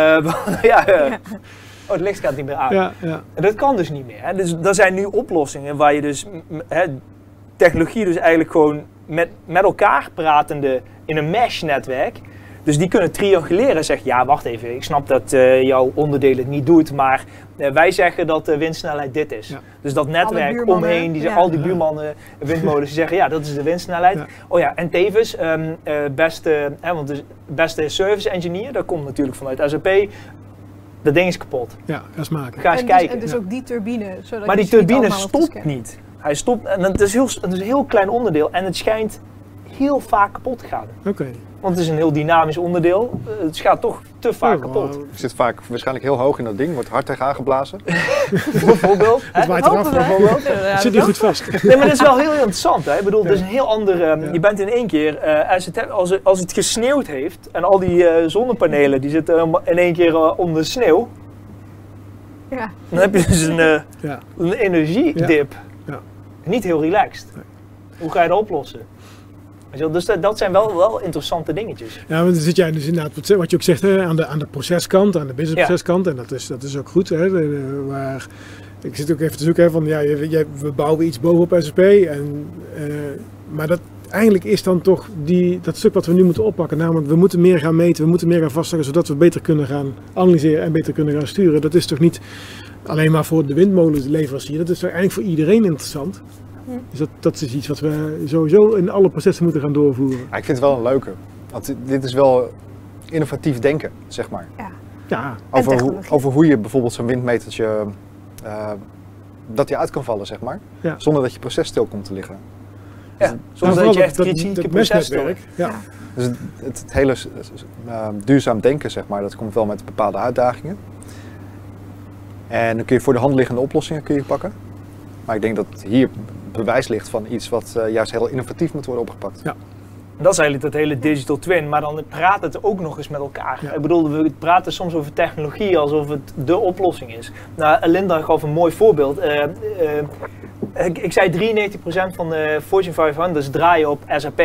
Het licht gaat niet meer aan. Ja. En dat kan dus niet meer. Hè. Dus er zijn nu oplossingen waar je dus technologie dus eigenlijk gewoon met elkaar pratende in een mesh-netwerk. Dus die kunnen trianguleren en zeggen, ja wacht even, ik snap dat jouw onderdeel het niet doet, maar wij zeggen dat de windsnelheid dit is. Ja. Dus dat netwerk omheen, al die buurmannen, windmolens, die zeggen ja, dat is de windsnelheid. Ja. Oh ja, en tevens, want de beste service engineer, dat komt natuurlijk vanuit SAP. Dat ding is kapot. Ja, dat is maken. Ga eens kijken. En dus ook die turbine. Zodat maar die turbine stopt niet. Hij stopt, en het is een heel klein onderdeel en het schijnt heel vaak kapot te gaan. Oké. Want het is een heel dynamisch onderdeel. Het gaat toch te vaak kapot. Je zit vaak waarschijnlijk heel hoog in dat ding, wordt hard tegen aangeblazen. Bijvoorbeeld. Het waait eraf bijvoorbeeld. Zit niet goed vast. Nee, maar dat is wel heel interessant. Hè? Ik bedoel, het is een heel ander... Je bent in één keer, als het gesneeuwd heeft en al die zonnepanelen die zitten in één keer onder de sneeuw. Ja. Dan heb je dus een energiedip. Ja. Niet heel relaxed. Nee. Hoe ga je dat oplossen? Dus dat zijn wel interessante dingetjes. Ja, maar dan zit jij dus inderdaad, wat je ook zegt, hè, aan de proceskant, aan de businessproceskant. En dat is ook goed. Hè, ik zit ook even te zoeken, hè, van we bouwen iets bovenop SAP. Maar eigenlijk is dan toch dat stuk wat we nu moeten oppakken. Namelijk, we moeten meer gaan meten, we moeten meer gaan vastleggen, zodat we beter kunnen gaan analyseren en beter kunnen gaan sturen. Dat is toch niet alleen maar voor de windmolenleverancier, dat is toch eigenlijk voor iedereen interessant. Dus dat is iets wat we sowieso in alle processen moeten gaan doorvoeren. Ja, ik vind het wel een leuke. Want dit is wel innovatief denken, zeg maar. Ja. Over hoe je bijvoorbeeld zo'n windmetertje, dat die uit kan vallen, zeg maar. Ja. Zonder dat je proces stil komt te liggen. Ja, zonder dat je echt kritieke proces stil. Ja. Dus het hele duurzaam denken, zeg maar, dat komt wel met bepaalde uitdagingen. En dan kun je voor de hand liggende oplossingen pakken. Maar ik denk dat hier bewijs ligt van iets wat juist heel innovatief moet worden opgepakt. Ja. Dat is eigenlijk dat hele digital twin, maar dan praat het ook nog eens met elkaar. Ja. Ik bedoel, we praten soms over technologie alsof het de oplossing is. Nou, Linda gaf een mooi voorbeeld. Ik zei 93% van de Fortune 500's draaien op SAP.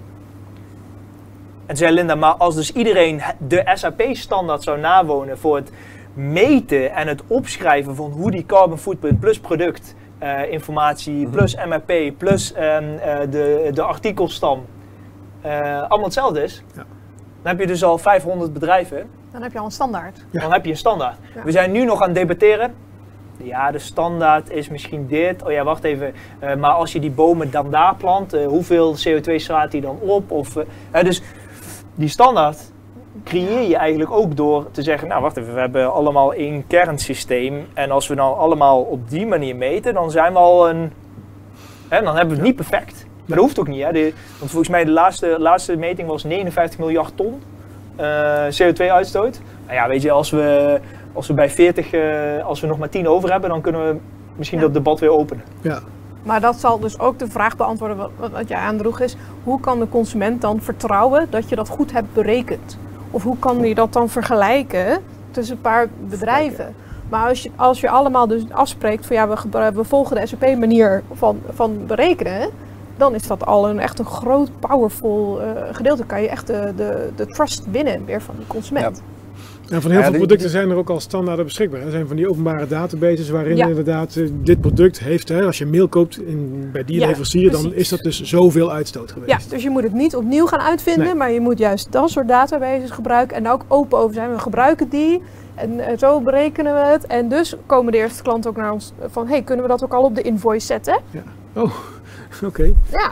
En zei Linda, maar als dus iedereen de SAP-standaard zou nawonen voor het meten en het opschrijven van hoe die carbon footprint plus product informatie, plus MRP, plus de artikelstam allemaal hetzelfde is, dan heb je dus al 500 bedrijven. Dan heb je al een standaard. Ja. Dan heb je een standaard. Ja. We zijn nu nog aan het debatteren. Ja, de standaard is misschien dit. Oh ja, wacht even. Maar als je die bomen dan daar plant, hoeveel CO2 slaat die dan op? Dus die standaard creëer je eigenlijk ook door te zeggen, nou wacht even, we hebben allemaal één kernsysteem en als we dan allemaal op die manier meten, dan zijn we al dan hebben we het niet perfect. Maar dat hoeft ook niet, hè. Want volgens mij de laatste meting was 59 miljard ton CO2-uitstoot. Nou ja, weet je, als we bij 40, als we nog maar 10 over hebben, dan kunnen we misschien dat debat weer openen. Ja. Maar dat zal dus ook de vraag beantwoorden wat jij aandroeg is, hoe kan de consument dan vertrouwen dat je dat goed hebt berekend? Of hoe kan je dat dan vergelijken tussen een paar bedrijven? Maar als je allemaal dus afspreekt van we volgen de SAP-manier van berekenen, dan is dat al echt een groot, powerful gedeelte. Kan je echt de trust winnen weer van de consument. Ja. Ja, van heel veel producten zijn er ook al standaarden beschikbaar. Er zijn van die openbare databases waarin inderdaad dit product heeft, als je mail koopt bij die leverancier, dan is dat dus zoveel uitstoot geweest. Ja, dus je moet het niet opnieuw gaan uitvinden, maar je moet juist dat soort databases gebruiken en daar ook open over zijn. We gebruiken die en zo berekenen we het. En dus komen de eerste klanten ook naar ons van, hey, kunnen we dat ook al op de invoice zetten? Ja. Oh, oké. Ja.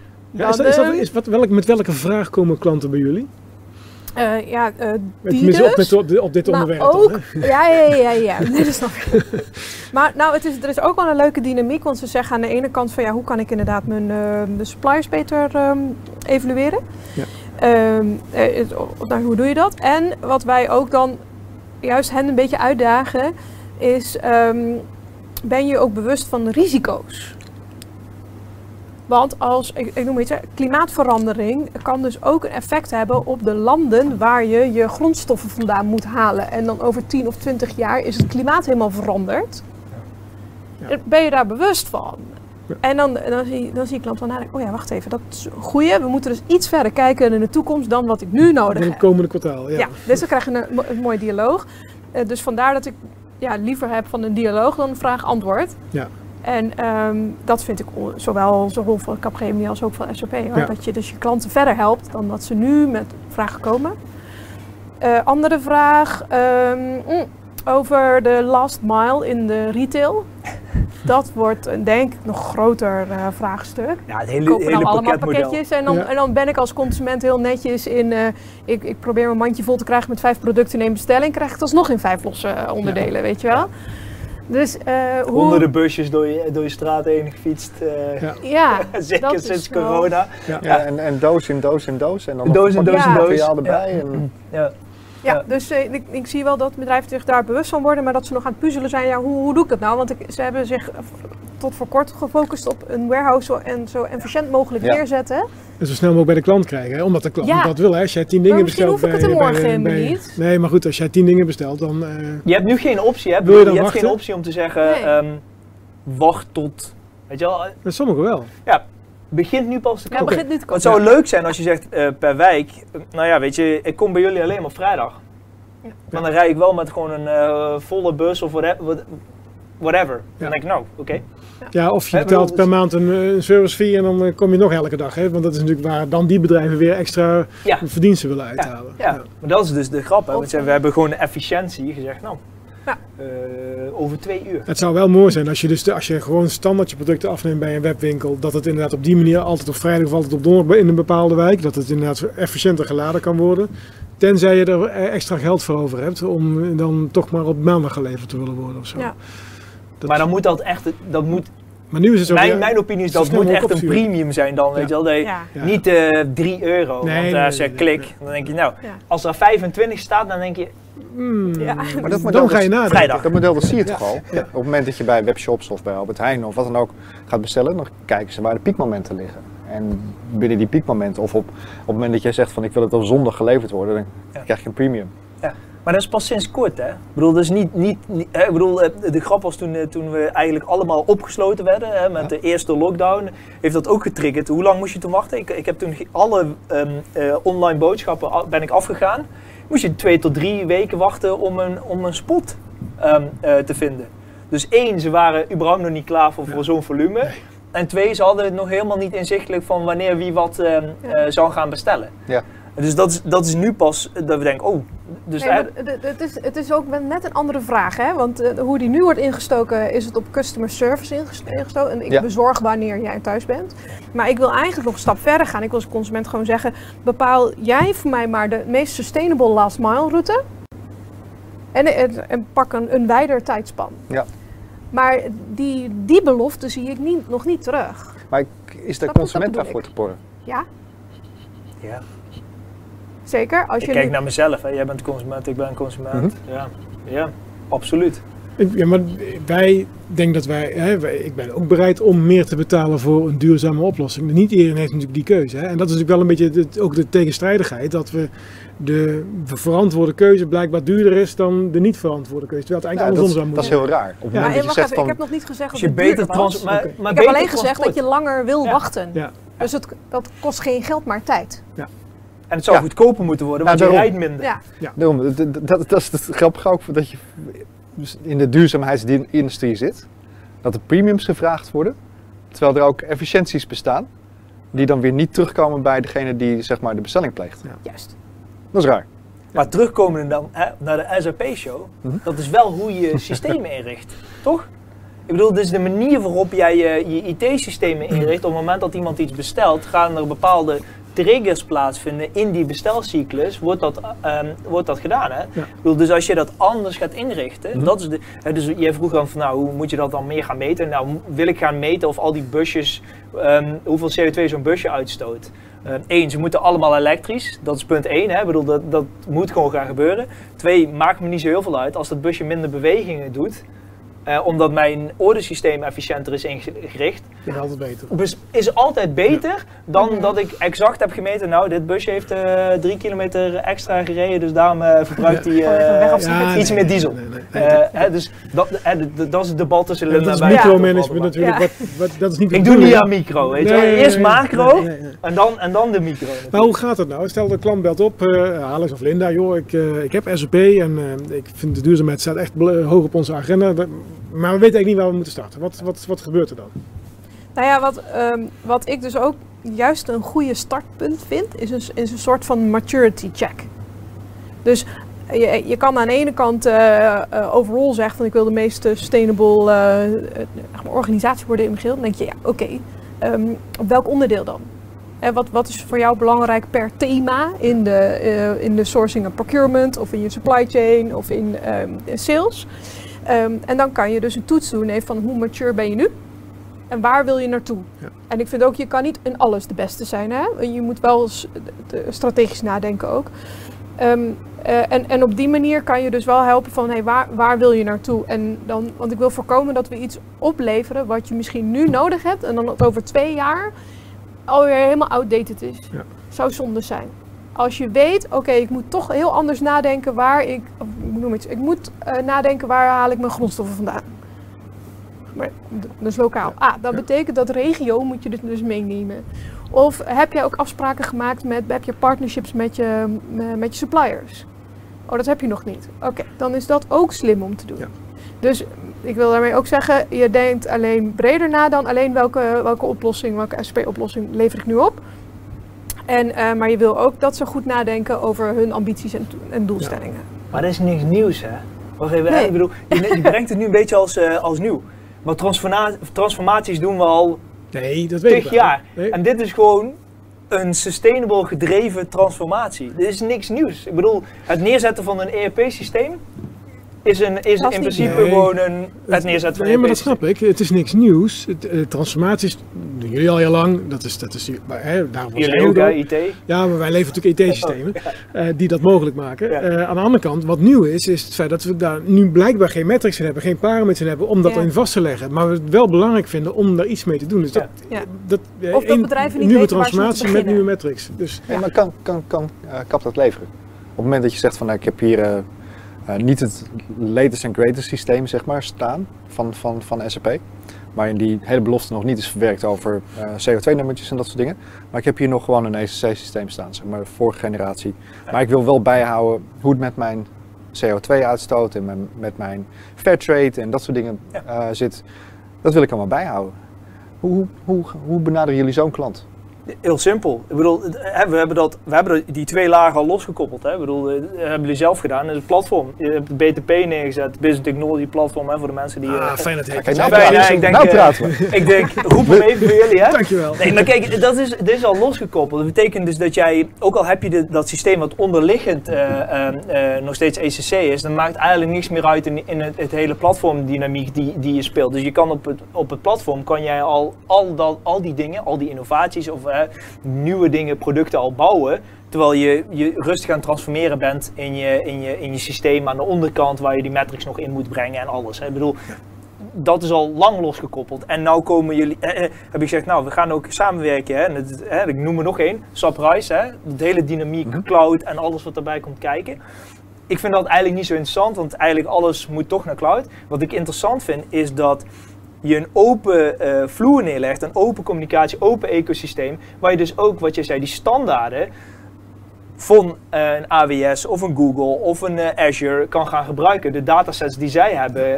Met welke vraag komen klanten bij jullie? Die dus. Op dit onderwerp ook, dan, hè? Ja. Nee, dat snap ik. Maar er is ook wel een leuke dynamiek, want ze zeggen aan de ene kant van hoe kan ik inderdaad de suppliers beter evalueren? Ja. Hoe doe je dat? En wat wij ook dan juist hen een beetje uitdagen is, ben je ook bewust van de risico's? Want als, ik noem iets, klimaatverandering kan dus ook een effect hebben op de landen waar je grondstoffen vandaan moet halen. En dan over 10 of 20 jaar is het klimaat helemaal veranderd. Ja. Ben je daar bewust van? Ja. En dan zie ik klanten nadenken, oh ja, wacht even, dat is een goeie. We moeten dus iets verder kijken in de toekomst dan wat ik nu nodig heb. In het komende kwartaal, ja. Dus dan krijg je een mooi dialoog. Dus vandaar dat ik liever heb van een dialoog dan een vraag-antwoord. Ja. En dat vind ik zowel de rol van Capgemini als ook van SAP. Ja. Dat je dus je klanten verder helpt dan dat ze nu met vragen komen. Andere vraag over de last mile in de retail. Dat wordt denk ik nog groter vraagstuk. Ja, het hele allemaal pakketjes en dan ben ik als consument heel netjes in... Ik probeer mijn mandje vol te krijgen met 5 producten in één bestelling. Krijg ik het alsnog in 5 losse onderdelen, weet je wel. Ja. Dus, honderden busjes door je straat heen gefietst. Zeker sinds corona. Ja, en doos in doos in doos. En dan doos in doos in doos. erbij. Ja, dus ik zie wel dat bedrijven zich daar bewust van worden, maar dat ze nog aan het puzzelen zijn. Ja, hoe doe ik dat nou? Want ze hebben zich tot voor kort gefocust op een warehouse en zo efficiënt mogelijk neerzetten. En zo snel mogelijk bij de klant krijgen, hè? Omdat de klant dat wil. Hè? Als jij 10 dingen bestelt. Hoef ik het er morgen niet. Nee, maar goed, als jij 10 dingen bestelt, dan. Je hebt nu geen optie, hè? Je hebt geen optie om te zeggen, wacht tot. Weet je wel? Met sommigen wel. Ja. Begint nu pas te komen. Begint nu te komen. Het zou leuk zijn als je zegt per wijk, nou ja, weet je, ik kom bij jullie alleen op vrijdag. Ja. Maar dan rijd ik wel met gewoon een volle bus of whatever. Dan denk ik, nou, oké. Ja, of je betaalt per maand een service fee en dan kom je nog elke dag. Hè? Want dat is natuurlijk waar dan die bedrijven weer extra verdiensten willen uithalen. Ja, maar dat is dus de grap. Hè? Want we hebben gewoon de efficiëntie gezegd, nou, over 2 uur. Het zou wel mooi zijn als je gewoon standaard je producten afneemt bij een webwinkel, dat het inderdaad op die manier altijd op vrijdag of altijd op donderdag in een bepaalde wijk, dat het inderdaad efficiënter geladen kan worden. Tenzij je er extra geld voor over hebt om dan toch maar op maandag geleverd te willen worden of zo. Ja. Maar dan moet dat echt, maar nu is het zo, mijn opinie is dat moet echt een premium zijn dan, weet je wel. Niet €3, want als je klik, dan denk je nou, als er 25 staat, dan denk je... Maar dat dan ga je nadenken. Vrijdag. Dat model dat zie je toch al. Ja. Op het moment dat je bij webshops of bij Albert Heijn of wat dan ook gaat bestellen, dan kijken ze waar de piekmomenten liggen. En binnen die piekmomenten of op het moment dat jij zegt van ik wil het op zondag geleverd worden, dan krijg je een premium. Ja. Maar dat is pas sinds kort, hè? Ik bedoel, dat is de grap was toen we eigenlijk allemaal opgesloten werden, hè, met de eerste lockdown, heeft dat ook getriggerd. Hoe lang moest je toen wachten? Ik heb toen alle online boodschappen ben ik afgegaan. Moest je 2 tot 3 weken wachten om een spot te vinden. Dus 1, ze waren überhaupt nog niet klaar voor zo'n volume. Nee. En 2, ze hadden het nog helemaal niet inzichtelijk van wanneer wie wat zou gaan bestellen. Ja. Dus dat is nu pas dat we denken, oh... Dus het is ook net een andere vraag, hè? Want hoe die nu wordt ingestoken, is het op customer service ingestoken. En ik bezorg wanneer jij thuis bent. Maar ik wil eigenlijk nog een stap verder gaan. Ik wil als consument gewoon zeggen, bepaal jij voor mij maar de meest sustainable last mile route. En pak een wijder tijdspan. Ja. Maar die belofte zie ik nog niet terug. Maar is de consument daarvoor te porren? Ja. Ja. Zeker. Als ik kijk naar mezelf, hè. Jij bent consument, ik ben consument. Ja, absoluut. Ja, maar wij denken dat ik ben ook bereid om meer te betalen voor een duurzame oplossing. Niet iedereen heeft natuurlijk die keuze. Hè. En dat is natuurlijk wel een beetje ook de tegenstrijdigheid, dat we de verantwoorde keuze blijkbaar duurder is dan de niet verantwoorde keuze. Terwijl het eigenlijk andersom zou moeten. Dat is heel raar. Op het moment dat je zegt van... Ik heb nog niet gezegd dat je het duurder was. Maar ik heb alleen gezegd dat je langer wil wachten. Ja. Dus dat kost geen geld, maar tijd. Ja. En het zou goedkoper moeten worden, want je rijdt minder. Ja. Daarom, dat is het grappige ook, dat je in de duurzaamheidsindustrie zit. Dat er premiums gevraagd worden, terwijl er ook efficiënties bestaan, die dan weer niet terugkomen bij degene die zeg maar de bestelling pleegt. Ja. Juist. Dat is raar. Maar terugkomen dan naar de SAP-show, dat is wel hoe je systemen inricht, toch? Ik bedoel, dus de manier waarop jij je IT-systemen inricht, op het moment dat iemand iets bestelt, gaan er bepaalde triggers plaatsvinden in die bestelcyclus, wordt dat gedaan. Hè? Ja. Ik bedoel, dus als je dat anders gaat inrichten, dat is dus jij vroeg dan van nou, hoe moet je dat dan meer gaan meten? Nou, wil ik gaan meten of al die busjes, hoeveel CO2 zo'n busje uitstoot. 1, ze moeten allemaal elektrisch, dat is punt 1, hè? Ik bedoel, dat moet gewoon gaan gebeuren. 2, maakt me niet zo heel veel uit, als dat busje minder bewegingen doet, omdat mijn ordersysteem efficiënter is ingericht. Ja, altijd beter. Is altijd beter dan dat ik exact heb gemeten. Nou, dit busje heeft 3 kilometer extra gereden, dus daarom verbruikt hij iets meer diesel. Dus dat is het debat tussen Linda en dat is micromanagement natuurlijk. Dat is niet ik doe niet aan micro, weet je wel. Eerst macro en dan de micro. Maar hoe gaat het nou? Stel de klant belt op, Alex of Linda, joh, ik heb SAP en ik vind de duurzaamheid staat echt hoog op onze agenda. Maar we weten eigenlijk niet waar we moeten starten. Wat gebeurt er dan? Nou ja, wat ik dus ook juist een goede startpunt vind, is een soort van maturity check. Dus je kan aan de ene kant overall zeggen van ik wil de meest sustainable organisatie worden in mijn geheel. Dan denk je, ja, oké, op welk onderdeel dan? Wat is voor jou belangrijk per thema in de sourcing en procurement of in je supply chain of in sales? En dan kan je dus een toets doen van hoe mature ben je nu en waar wil je naartoe. Ja. En ik vind ook, je kan niet in alles de beste zijn. Hè? Je moet wel strategisch nadenken ook. En op die manier kan je dus wel helpen van waar wil je naartoe. En dan, want ik wil voorkomen dat we iets opleveren wat je misschien nu nodig hebt en dan dat over 2 jaar alweer helemaal outdated is. Ja. Zou zonde zijn. Als je weet, oké, ik moet toch heel anders nadenken nadenken waar haal ik mijn grondstoffen vandaan. Maar dat is lokaal. Dat betekent dat regio moet je dus meenemen. Of heb jij ook afspraken gemaakt heb je partnerships met je suppliers? Oh, dat heb je nog niet. Oké, dan is dat ook slim om te doen. Ja. Dus ik wil daarmee ook zeggen, je denkt alleen breder na dan alleen welke SAP-oplossing lever ik nu op. Maar je wil ook dat ze goed nadenken over hun ambities en doelstellingen. Ja. Maar dat is niks nieuws, hè? Wacht even, nee. Ik bedoel, je brengt het nu een beetje als nieuw. Maar transformaties doen we al 20 jaar. Nee. En dit is gewoon een sustainable gedreven transformatie. Dit is niks nieuws. Ik bedoel, het neerzetten van een ERP-systeem is in principe gewoon het neerzetten van een ERP-systeem. Maar dat snap ik. Het is niks nieuws. Transformaties doen jullie al heel lang. Dat is jullie ook, IT? Ja, maar wij leveren natuurlijk IT-systemen die dat mogelijk maken. Ja. Aan de andere kant, wat nieuw is het feit dat we daar nu blijkbaar geen metrics in hebben, geen parameters in hebben om dat in vast te leggen. Maar we het wel belangrijk vinden om daar iets mee te doen. Dus of dat bedrijven niet nieuwe transformatie met nieuwe metrics. Dus, maar kan KAP dat leveren? Op het moment dat je zegt van ik heb hier niet het latest and greatest systeem zeg maar staan van SAP. Waarin die hele belofte nog niet is verwerkt over CO2-nummertjes en dat soort dingen. Maar ik heb hier nog gewoon een ECC-systeem staan, zeg maar, vorige generatie. Maar ik wil wel bijhouden hoe het met mijn CO2-uitstoot en met mijn Fairtrade en dat soort dingen zit. Dat wil ik allemaal bijhouden. Hoe benaderen jullie zo'n klant? Heel simpel. Ik bedoel, we hebben die 2 lagen al losgekoppeld. Hè. Ik bedoel, dat hebben jullie zelf gedaan. Het platform. Je hebt het BTP neergezet, Business Technology Platform, hè, voor de mensen die... fijn dat heet. Nou praten we. Ik denk, roep hem even voor jullie. Hè. Dankjewel. Nee, maar kijk, dit is al losgekoppeld. Dat betekent dus dat jij, ook al heb je dat systeem wat onderliggend nog steeds ECC is, dan maakt eigenlijk niks meer uit in het hele platformdynamiek die je speelt. Dus je kan op het platform kan jij al die dingen, al die innovaties of nieuwe dingen, producten al bouwen, terwijl je rustig aan het transformeren bent in je systeem aan de onderkant waar je die metrics nog in moet brengen en alles. Hè. Ik bedoel, dat is al lang losgekoppeld. En nou komen jullie, heb ik gezegd, nou we gaan ook samenwerken. Hè. Ik noem er nog één, SAP RISE, hè. De hele dynamiek, cloud en alles wat erbij komt kijken. Ik vind dat eigenlijk niet zo interessant, want eigenlijk alles moet toch naar cloud. Wat ik interessant vind is dat je een open vloer neerlegt, een open communicatie, open ecosysteem, waar je dus ook, wat je zei, die standaarden van een AWS of een Google of een Azure kan gaan gebruiken. De datasets die zij hebben,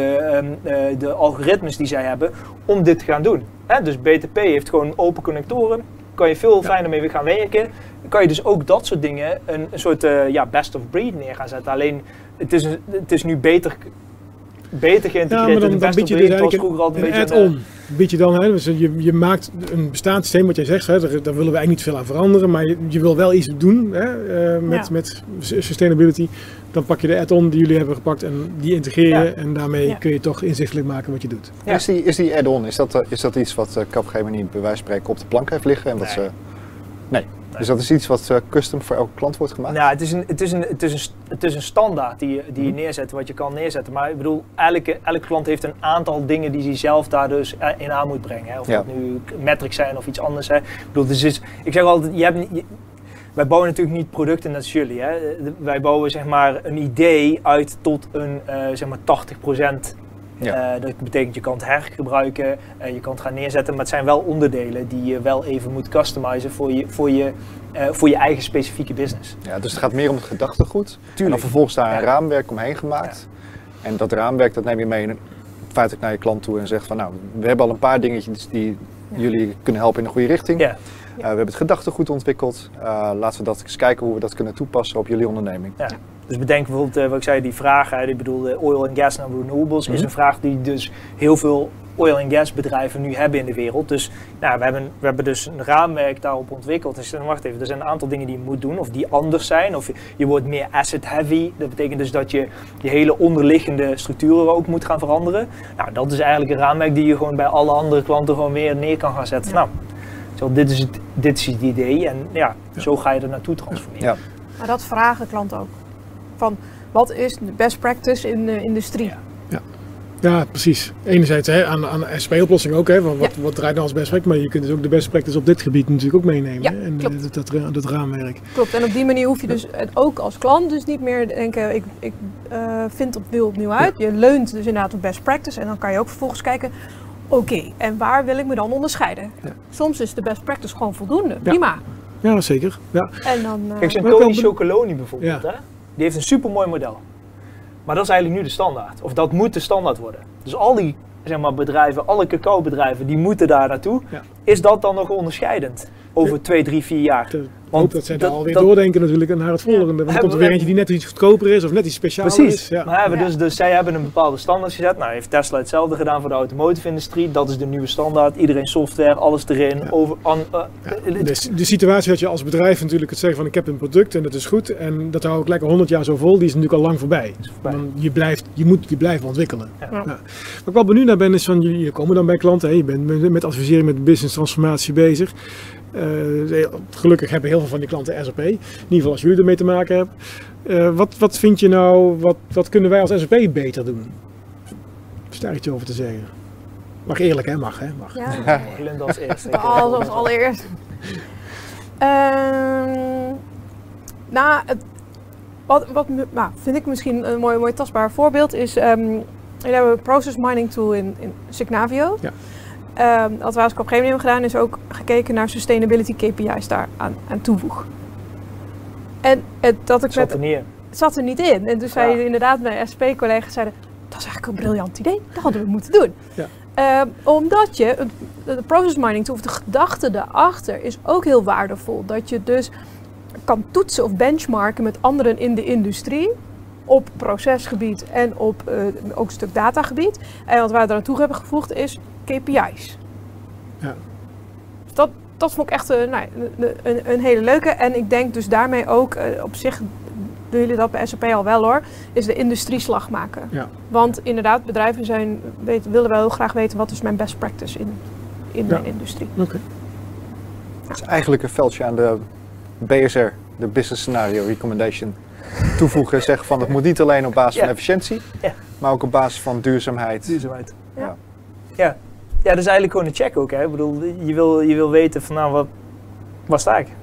de algoritmes die zij hebben, om dit te gaan doen. Dus BTP heeft gewoon open connectoren, kan je veel fijner mee gaan werken. Dan kan je dus ook dat soort dingen, een soort best of breed neer gaan zetten. Alleen, het is nu beter geïntegreerd in de best of breed, zoals vroeger altijd een beetje add-on. Bied je dan, hè? Dus je maakt een bestaand systeem, wat jij zegt, hè? Daar willen we eigenlijk niet veel aan veranderen, maar je wil wel iets doen hè? Met sustainability. Dan pak je de add-on die jullie hebben gepakt en die integreer je en daarmee kun je toch inzichtelijk maken wat je doet. Ja. Is die add-on, is dat iets wat Capgemini bij wijze van spreken op de plank heeft liggen? En wat Nee. Nee. Dus dat is iets wat custom voor elke klant wordt gemaakt? Nou, het is een standaard die je neerzet, wat je kan neerzetten. Maar ik bedoel, elke klant heeft een aantal dingen die hij zelf daar dus in aan moet brengen. Hè. Of dat nu metrics zijn of iets anders. Hè. Ik bedoel, dus ik zeg altijd, wij bouwen natuurlijk niet producten net als jullie. Hè. Wij bouwen zeg maar een idee uit tot een zeg maar 80%. Dat betekent je kan het hergebruiken, je kan het gaan neerzetten, maar het zijn wel onderdelen die je wel even moet customizen voor je eigen specifieke business. Ja, dus het gaat meer om het gedachtegoed. Tuurlijk. En dan vervolgens daar een raamwerk omheen gemaakt. Ja. En dat raamwerk dat neem je mee feitelijk naar je klant toe en zegt van nou, we hebben al een paar dingetjes die jullie kunnen helpen in de goede richting. Ja. We hebben het gedachtegoed ontwikkeld. Laten we dat eens kijken hoe we dat kunnen toepassen op jullie onderneming. Ja. Dus bedenk bijvoorbeeld, wat ik zei, die vraag, ik bedoel de oil and gas naar renewables, is een vraag die dus heel veel oil and gas bedrijven nu hebben in de wereld. Dus nou, we hebben dus een raamwerk daarop ontwikkeld. Dus wacht even, er zijn een aantal dingen die je moet doen of die anders zijn. Of je wordt meer asset heavy. Dat betekent dus dat je hele onderliggende structuren ook moet gaan veranderen. Nou, dat is eigenlijk een raamwerk die je gewoon bij alle andere klanten gewoon weer neer kan gaan zetten. Ja. Nou, zo, dit is het idee en zo ga je er naartoe transformeren. Ja. Maar dat vragen klanten ook. Van wat is de best practice in de industrie? Ja, precies. Enerzijds aan SP-oplossing ook, hè, wat draait nou als best practice, maar je kunt dus ook de best practice op dit gebied natuurlijk ook meenemen. Ja, hè, en dat raamwerk. Klopt, en op die manier hoef je dus ook als klant dus niet meer denken, ik vind wil opnieuw uit. Ja. Je leunt dus inderdaad op best practice en dan kan je ook vervolgens kijken, oké, en waar wil ik me dan onderscheiden? Ja. Soms is de best practice gewoon voldoende, prima. Ja, zeker. Ja. En dan, kijk, zo'n Tony Chocoloni bijvoorbeeld, hè? Die heeft een supermooi model. Maar dat is eigenlijk nu de standaard. Of dat moet de standaard worden. Dus al die zeg maar, bedrijven, alle cacaobedrijven, die moeten daar naartoe. Ja. Is dat dan nog onderscheidend over 2, 3, 4 jaar? Ik hoop dat zij daar alweer doordenken natuurlijk naar het volgende. Want dan komt er weer eentje die net iets goedkoper is of net iets specialer is. Ja. Maar dus zij hebben een bepaalde standaard gezet. Nou, heeft Tesla hetzelfde gedaan voor de automotive-industrie. Dat is de nieuwe standaard. Iedereen software, alles erin. Ja. De situatie dat je als bedrijf natuurlijk het zegt van ik heb een product en dat is goed. En dat hou ik lekker 100 jaar zo vol. Die is natuurlijk al lang voorbij. Dan je blijft ontwikkelen. Ja. Ja. Wat ik wel benieuwd naar ben is van jullie komen dan bij klanten. Hè? Je bent met advisering met business transformatie bezig. Gelukkig hebben heel veel van die klanten SAP. In ieder geval als jullie ermee te maken hebben. Wat vind je nou, wat kunnen wij als SAP beter doen? Is daar iets over te zeggen? Mag eerlijk hè? Mag. Ja. Linda als eerste. Als allereerst. Wat vind ik misschien een mooi tastbaar voorbeeld is, we hebben een process mining tool in Signavio. Ja. Wat we als op een gegeven moment hebben gedaan is ook gekeken naar sustainability KPI's daar aan toevoegen. En het zat er niet in. En toen zei inderdaad mijn SP-collega's zeiden, dat is eigenlijk een briljant idee, dat hadden we moeten doen. Ja. Omdat de process mining tool, of de gedachte daarachter, is ook heel waardevol. Dat je dus kan toetsen of benchmarken met anderen in de industrie. Op procesgebied en op ook een stuk datagebied. En wat wij er aan toe hebben gevoegd is KPI's. Ja. Dat vond ik echt een hele leuke. En ik denk dus daarmee ook, op zich doen jullie dat bij SAP al wel hoor, is de industrieslag maken. Ja. Want inderdaad, bedrijven willen wel heel graag weten wat is mijn best practice in mijn industrie. Okay. Ja. Het is eigenlijk een veldje aan de BSR, de Business Scenario Recommendation. Toevoegen, zeggen van het moet niet alleen op basis van efficiëntie, maar ook op basis van duurzaamheid. Ja, dat is eigenlijk gewoon een check ook. Hè? Ik bedoel, je wil weten van nou, waar sta ik?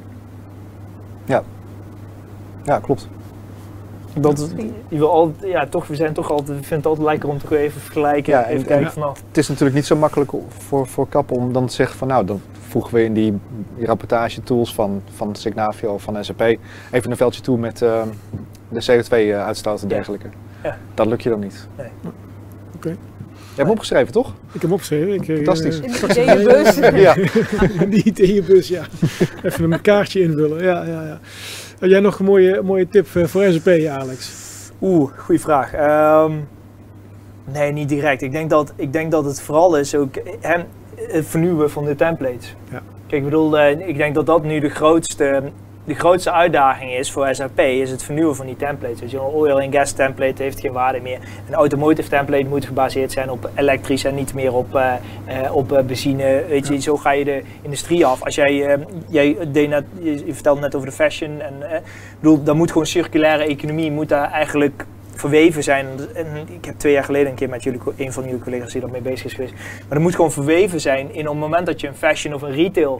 Ja, klopt. Je wil altijd, we zijn toch altijd, ik vind het altijd lekker om te even vergelijken, even kijken vanaf. Het is natuurlijk niet zo makkelijk voor Kappel om dan te zeggen van nou, dan voegen we in die rapportagetools van Signavio of van SAP even een veldje toe met de CO2-uitstoot en dergelijke. Ja. Dat lukt je dan niet. Nee. Oké. Je hebt hem opgeschreven, toch? Ik heb hem opgeschreven. Fantastisch. In de ideeënbus. Ja. In die ideeënbus, ja. Even een kaartje invullen. Ja. Had jij nog een mooie tip voor SAP, Alex? Goeie vraag. Nee, niet direct. Ik denk dat het vooral is ook het vernieuwen van de templates. Ja. Kijk, ik bedoel, ik denk dat dat nu de grootste de grootste uitdaging is voor SAP is het vernieuwen van die templates. Dus een oil and gas template heeft geen waarde meer. Een automotive template moet gebaseerd zijn op elektrisch en niet meer op benzine. Weet je, zo ga je de industrie af. Als je vertelde net over de fashion. Dan moet gewoon circulaire economie moet daar eigenlijk verweven zijn. En ik heb 2 jaar geleden een keer met een van jullie collega's die daarmee bezig is geweest. Maar dat moet gewoon verweven zijn in op het moment dat je een fashion of een retail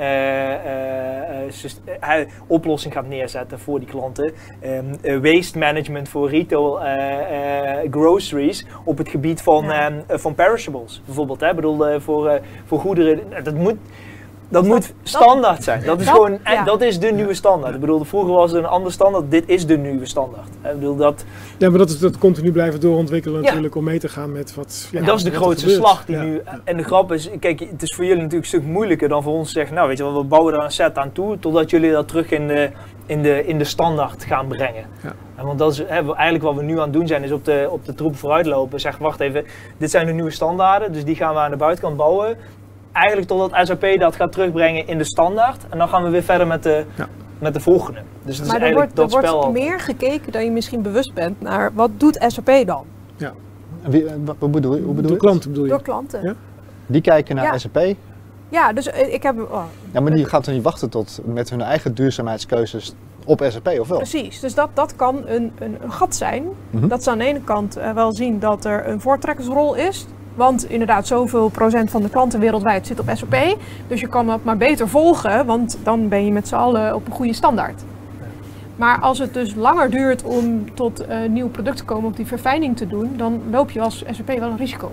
oplossing gaat neerzetten voor die klanten. Waste management voor retail groceries op het gebied van perishables bijvoorbeeld. Hè? Ik bedoel, voor goederen, dat moet standaard zijn. Dat is de nieuwe standaard. Ik bedoel, vroeger was het een andere standaard, dit is de nieuwe standaard. Ik bedoel, ja, maar dat continu blijven doorontwikkelen natuurlijk om mee te gaan met wat. Ja, en dat is de grootste slag die nu. En de grap is, kijk, het is voor jullie natuurlijk een stuk moeilijker dan voor ons te zeggen, nou weet je wel, we bouwen daar een set aan toe, totdat jullie dat terug in de standaard gaan brengen. Ja. En want dat is eigenlijk wat we nu aan het doen zijn, is op de troep vooruitlopen. Zeggen, wacht even, dit zijn de nieuwe standaarden, dus die gaan we aan de buitenkant bouwen. Eigenlijk totdat SAP dat gaat terugbrengen in de standaard. En dan gaan we weer verder met de volgende. Dus dat maar is er wordt meer gekeken dan je misschien bewust bent naar wat doet SAP dan? Ja. Hoe bedoel je? Door klanten bedoel je? Door klanten. Ja? Die kijken naar SAP. Ja, dus ik heb... Ja, maar die gaat dan niet wachten tot met hun eigen duurzaamheidskeuzes op SAP, of wel? Precies, dus dat kan een gat zijn. Dat ze aan de ene kant wel zien dat er een voortrekkersrol is. Want inderdaad, zoveel procent van de klanten wereldwijd zit op SAP. Dus je kan dat maar beter volgen, want dan ben je met z'n allen op een goede standaard. Maar als het dus langer duurt om tot een nieuw product te komen, op die verfijning te doen, dan loop je als SAP wel een risico.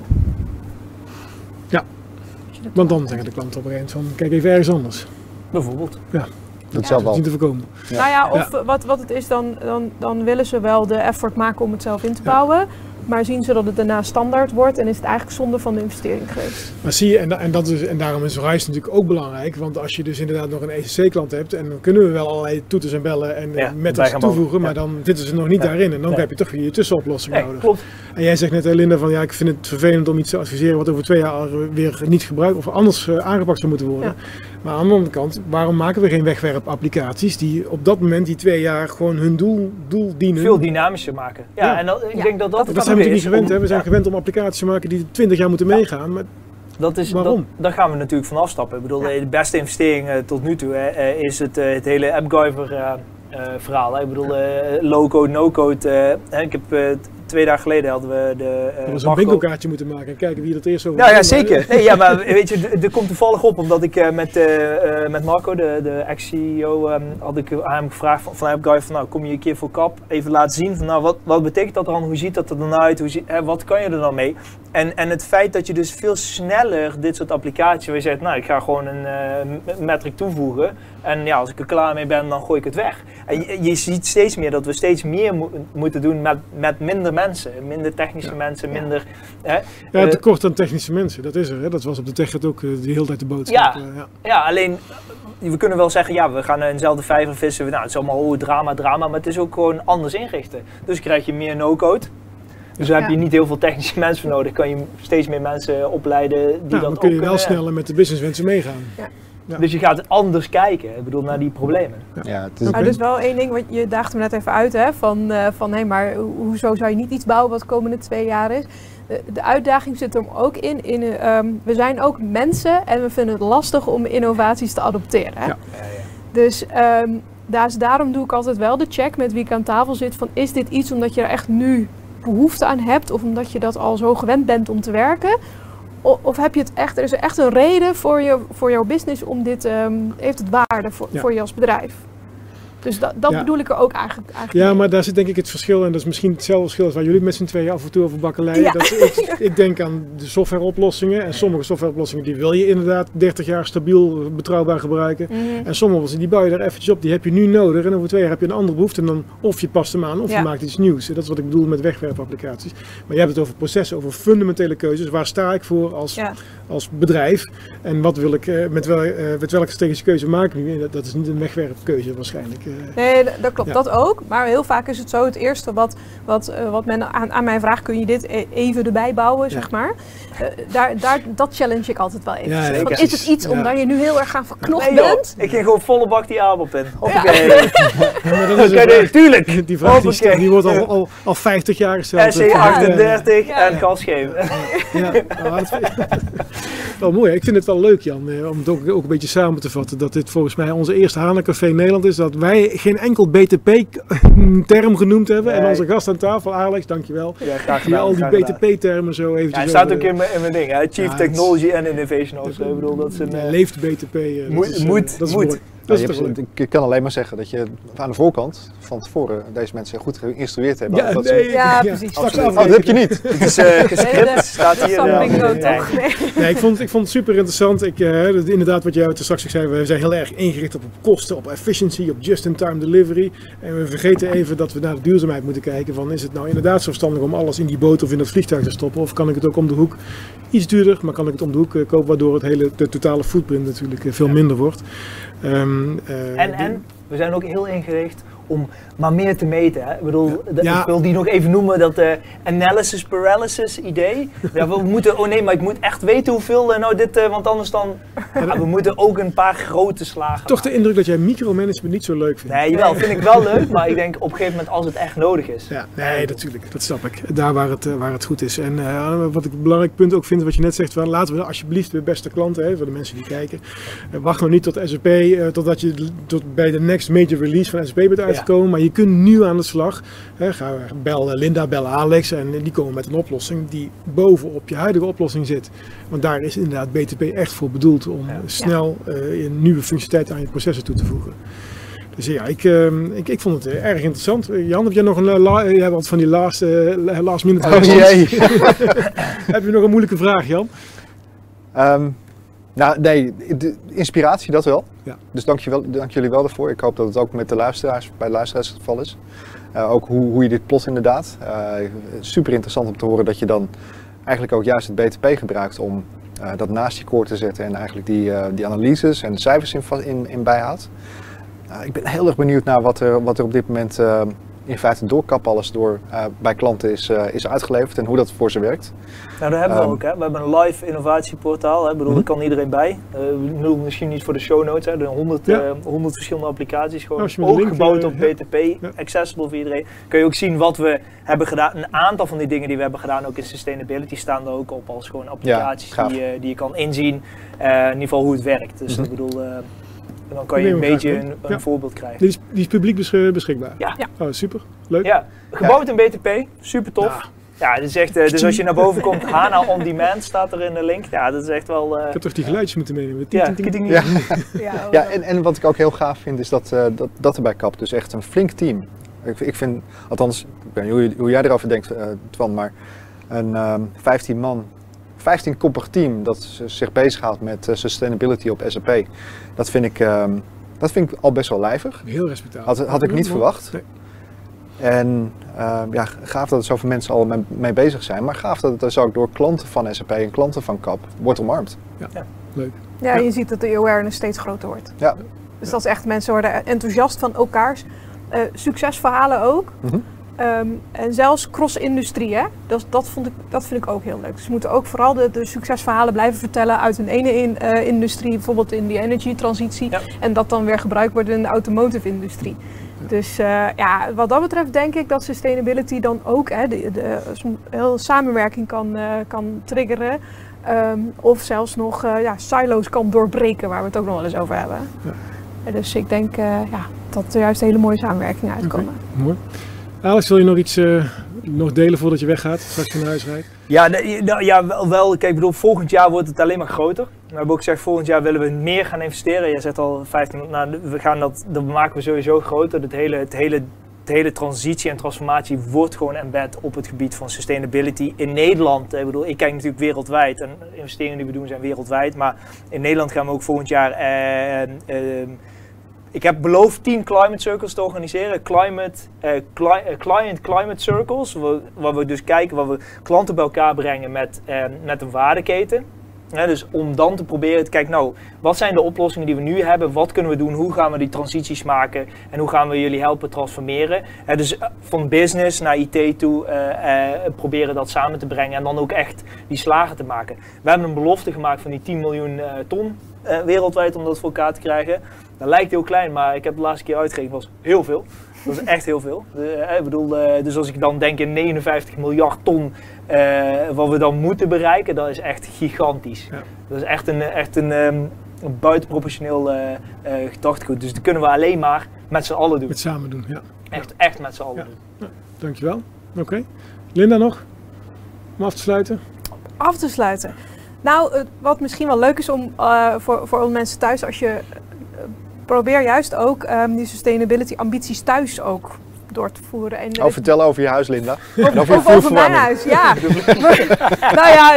Ja, want dan zeggen de klanten op een gegeven moment van, kijk even ergens anders. Bijvoorbeeld. Ja. Dat zal wel niet te voorkomen. Ja. Nou ja, of wat het is, dan willen ze wel de effort maken om het zelf in te bouwen. Maar zien ze dat het daarna standaard wordt en is het eigenlijk zonde van de investering geweest. Maar zie je, en daarom is RISE natuurlijk ook belangrijk. Want als je dus inderdaad nog een ECC-klant hebt, en dan kunnen we wel allerlei toeters en bellen en methods toevoegen, maar dan zitten ze nog niet daarin. En dan heb je toch weer je tussenoplossing nodig. Klopt. En jij zegt net, Linda, van ja, ik vind het vervelend om iets te adviseren wat over 2 jaar weer niet gebruikt of anders aangepakt zou moeten worden. Ja. Maar aan de andere kant, waarom maken we geen wegwerpapplicaties die op dat moment, die 2 jaar, gewoon hun doel dienen? Veel dynamischer maken. Ja. En ik denk dat zijn we natuurlijk niet gewend. We zijn gewend om applicaties te maken die 20 jaar moeten meegaan. Maar waarom? Daar gaan we natuurlijk van afstappen. Ik bedoel, de beste investering tot nu toe is het hele AppGyver verhaal. Ik bedoel, low-code, no-code. Ik heb 2 dagen geleden hadden we we zo'n winkelkaartje moeten maken en kijken wie dat eerst over. Ja, zeker. Nee, maar weet je, er komt toevallig op, omdat ik met Marco, de ex-CEO, had ik aan hem gevraagd van AppGyver van, nou, kom je een keer voor kap, even laten zien van, nou, wat betekent dat dan, hoe ziet dat er dan uit, wat kan je er dan mee? En het feit dat je dus veel sneller dit soort applicaties, waar je zegt, nou, ik ga gewoon een metric toevoegen en ja, als ik er klaar mee ben, dan gooi ik het weg. En je ziet steeds meer dat we steeds meer moeten doen met minder mensen, minder technische mensen, minder... Ja, tekort aan technische mensen, dat is er. Hè? Dat was op de TechEd ook de hele tijd de boodschap. Ja, alleen we kunnen wel zeggen, ja, we gaan in dezelfde vijver vissen. Nou, het is allemaal drama, maar het is ook gewoon anders inrichten. Dus krijg je meer no-code. Dus daar heb je niet heel veel technische mensen voor nodig. Kan je steeds meer mensen opleiden die dat ook dan kun je wel sneller met de businesswensen meegaan. Ja. Ja. Dus je gaat anders kijken, ik bedoel, naar die problemen. Ja, het is wel één ding, want je daagt me net even uit, hè, van hey, maar hoezo zou je niet iets bouwen wat de komende 2 jaar is? De uitdaging zit er ook in we zijn ook mensen en we vinden het lastig om innovaties te adopteren. Hè? Ja. Dus daarom doe ik altijd wel de check met wie ik aan tafel zit van, is dit iets omdat je er echt nu behoefte aan hebt of omdat je dat al zo gewend bent om te werken? Of heb je het echt, er is echt een reden voor jouw business om dit, heeft het waarde voor je als bedrijf? Dus dat bedoel ik er ook eigenlijk ja, mee. Maar daar zit denk ik het verschil, en dat is misschien hetzelfde verschil als waar jullie met z'n tweeën af en toe over bakkeleien. Ja. Ik denk aan de softwareoplossingen en sommige softwareoplossingen die wil je inderdaad 30 jaar stabiel, betrouwbaar gebruiken. En sommige die bouw je daar eventjes op, die heb je nu nodig en over 2 jaar heb je een andere behoefte en dan of je past hem aan of je maakt iets nieuws. Dat is wat ik bedoel met wegwerpapplicaties. Maar je hebt het over processen, over fundamentele keuzes. Waar sta ik voor als bedrijf en wat wil ik, met welke strategische keuze maak ik nu? Dat is niet een wegwerpkeuze waarschijnlijk. Nee, dat klopt. Ja. Dat ook. Maar heel vaak is het zo, het eerste wat men aan mij vraagt, kun je dit even erbij bouwen, zeg maar. Dat challenge ik altijd wel even. Ja, Van, is het iets omdat je nu heel erg aan verknocht Nee, bent? ik ging gewoon volle bak die aap op in. Tuurlijk. Die vraag die wordt al 50 jaar gesteld. SC38 en gas geven. Wel mooi. Ik vind het wel leuk, Jan, om het ook een beetje samen te vatten. Dat dit volgens mij onze eerste Hanencafé Nederland is. Dat wij geen enkel BTP-term genoemd hebben. Nee. En onze gast aan tafel, Alex, dankjewel. Ja, graag die al die BTP-termen zo eventjes... Ja, hij staat ook in mijn ding, hè? Chief Technology and Innovation Officer. Ik bedoel, dat is een... leeft BTP. Dat is mooi. Ik kan alleen maar zeggen dat je aan de voorkant van tevoren deze mensen goed geïnstrueerd hebt. Precies. Dat heb je niet. Het is gescript, staat hier. Nee, ik vond het super interessant. Inderdaad, wat jij straks zei, we zijn heel erg ingericht op kosten, op efficiency, op just-in-time delivery. En we vergeten even dat we naar de duurzaamheid moeten kijken. Van, is het nou inderdaad zo verstandig om alles in die boot of in dat vliegtuig te stoppen? Of kan ik het ook om de hoek iets duurder, maar kan ik het om de hoek kopen, waardoor de totale footprint natuurlijk veel minder wordt. En we zijn ook heel ingericht om maar meer te meten. Hè? Ik bedoel, ik wil die nog even noemen, dat analysis paralysis idee. Ja, we moeten, maar ik moet echt weten hoeveel want anders dan, we moeten ook een paar grote slagen Toch de indruk dat jij micromanagement niet zo leuk vindt. Nee, jawel, vind ik wel leuk, maar ik denk op een gegeven moment als het echt nodig is. Ja, nee, natuurlijk, dat snap ik. Daar waar het goed is. En wat ik een belangrijk punt ook vind, wat je net zegt, laten we alsjeblieft de beste klanten, voor de mensen die kijken, wacht nog niet tot SAP, totdat je bij de next major release van SAP bent uitgekomen, maar je kunt nu aan de slag. Bel Linda, bel Alex en die komen met een oplossing die bovenop je huidige oplossing zit. Want daar is inderdaad BTP echt voor bedoeld om snel nieuwe functionaliteiten aan je processen toe te voegen. Dus ja, ik vond het erg interessant. Jan, heb jij nog wat van die last minute Heb je nog een moeilijke vraag, Jan? Nou, nee, de inspiratie dat wel. Ja. Dus dank jullie wel daarvoor. Ik hoop dat het ook met de luisteraars, bij de luisteraars het geval is. Ook hoe je dit plot inderdaad. Super interessant om te horen dat je dan eigenlijk ook juist het BTP gebruikt om dat naast je core te zetten en eigenlijk die analyses en de cijfers in bijhoudt. Ik ben heel erg benieuwd naar wat er op dit moment in feite door Cap alles bij klanten is uitgeleverd en hoe dat voor ze werkt. Nou, dat hebben we ook. Hè. We hebben een live innovatieportaal. Hè. Daar kan iedereen bij. Misschien niet voor de show notes. Hè. 100 verschillende applicaties. Gewoon ook gebouwd op BTP. Accessible voor iedereen. Kun je ook zien wat we hebben gedaan. Een aantal van die dingen die we hebben gedaan, ook in sustainability, staan er ook op als gewoon applicaties die je kan inzien. In ieder geval hoe het werkt. Dus ik bedoel... En dan kan je een beetje een voorbeeld krijgen. Die is publiek beschikbaar? Ja. Oh, super. Leuk. Ja, gebouwd in BTP. Super tof. Ja, dat is echt, dus als je naar boven komt, HANA On Demand staat er in de link. Ja, dat is echt wel... Ik heb toch die geluidjes moeten meenemen? En wat ik ook heel gaaf vind, is dat er bij Cap dus echt een flink team. Ik vind, althans, ik weet niet hoe jij erover denkt, Twan, maar een 15-koppig team dat zich bezighoudt met sustainability op SAP. Dat vind ik al best wel lijvig. Heel respectabel. Had ik niet verwacht. Nee. En gaaf dat er zoveel mensen al mee bezig zijn, maar gaaf dat het dus ook door klanten van SAP en klanten van Cap wordt omarmd. Ja, leuk. Ja, je ziet dat de awareness steeds groter wordt. Ja. Dus dat is echt, mensen worden enthousiast van elkaars succesverhalen ook. En zelfs cross-industrie, hè? Dat vind ik ook heel leuk. Dus we moeten ook vooral de succesverhalen blijven vertellen uit een ene industrie, bijvoorbeeld in die energy-transitie. Ja. En dat dan weer gebruikt wordt in de automotive-industrie. Dus wat dat betreft denk ik dat sustainability dan ook heel samenwerking kan triggeren. Of zelfs nog silo's kan doorbreken, waar we het ook nog wel eens over hebben. Ja. Dus ik denk dat er juist hele mooie samenwerkingen uitkomen. Okay. Mooi. Alex, wil je nog iets delen voordat je weggaat, straks naar huis rijdt? Ja, wel. Kijk, ik bedoel, volgend jaar wordt het alleen maar groter. We hebben ook gezegd, volgend jaar willen we meer gaan investeren. Jij zegt al 15, dat maken we sowieso groter. De hele transitie en transformatie wordt gewoon embed op het gebied van sustainability in Nederland. Ik bedoel, ik kijk natuurlijk wereldwijd en investeringen die we doen zijn wereldwijd. Maar in Nederland gaan we ook volgend jaar... Ik heb beloofd 10 climate circles te organiseren, client climate circles, waar we dus kijken waar we klanten bij elkaar brengen met een waardeketen. Dus om dan te proberen te kijken, nou, wat zijn de oplossingen die we nu hebben? Wat kunnen we doen? Hoe gaan we die transities maken? En hoe gaan we jullie helpen transformeren? Dus van business naar IT toe proberen dat samen te brengen en dan ook echt die slagen te maken. We hebben een belofte gemaakt van die 10 miljoen ton wereldwijd om dat voor elkaar te krijgen. Dat lijkt heel klein, maar ik heb de laatste keer uitgerekend, was heel veel. Dat is echt heel veel. Dus als ik dan denk in 59 miljard ton wat we dan moeten bereiken, dat is echt gigantisch. Ja. Dat is echt een buitenproportioneel gedachtegoed. Dus dat kunnen we alleen maar met z'n allen doen. Met samen doen, ja. Echt met z'n allen doen. Ja. Dankjewel. Oké. Linda nog? Om af te sluiten? Af te sluiten. Nou, wat misschien wel leuk is om voor mensen thuis, als je probeer juist ook die sustainability ambities thuis ook door te voeren. En vertel over je huis, Linda. Over mijn huis, ja. Nou ja,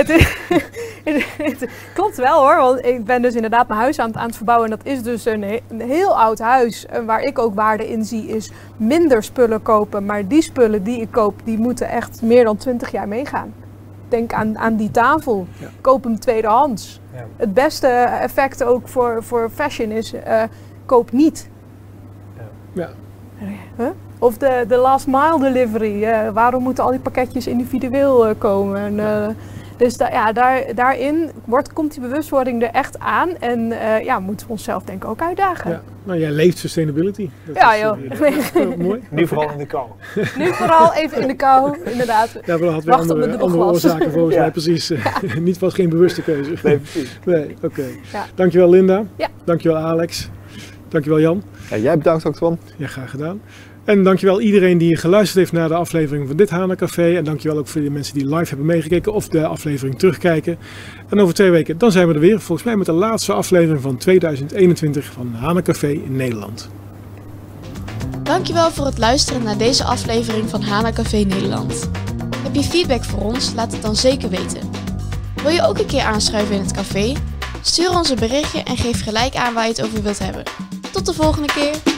het klopt wel hoor, want ik ben dus inderdaad mijn huis aan het verbouwen. En dat is dus een heel oud huis. En waar ik ook waarde in zie is minder spullen kopen. Maar die spullen die ik koop, die moeten echt meer dan 20 jaar meegaan. Denk aan die tafel. Ja. Koop hem tweedehands. Ja. Het beste effect ook voor fashion is koop niet. Ja. Huh? Of de last mile delivery. Waarom moeten al die pakketjes individueel komen? Dus daarin komt die bewustwording er echt aan. En moeten we onszelf denk ik ook uitdagen. Ja. Nou, jij leeft sustainability. Dat ja, is, joh. Mooi. Nu vooral in de kou. Nu vooral even in de kou, inderdaad. Ja, we hadden andere oorzaken volgens mij, precies. Niet was geen bewuste keuze. Nee, precies. Nee, oké. Ja. Dankjewel Linda. Ja. Dankjewel Alex. Dankjewel Jan. Ja, jij bedankt ook, Twan. Ja, graag gedaan. En dankjewel iedereen die geluisterd heeft naar de aflevering van dit HANA Café. En dankjewel ook voor de mensen die live hebben meegekeken of de aflevering terugkijken. En over 2 weken dan zijn we er weer. Volgens mij met de laatste aflevering van 2021 van HANA Café in Nederland. Dankjewel voor het luisteren naar deze aflevering van HANA Café Nederland. Heb je feedback voor ons? Laat het dan zeker weten. Wil je ook een keer aanschuiven in het café? Stuur ons een berichtje en geef gelijk aan waar je het over wilt hebben. Tot de volgende keer!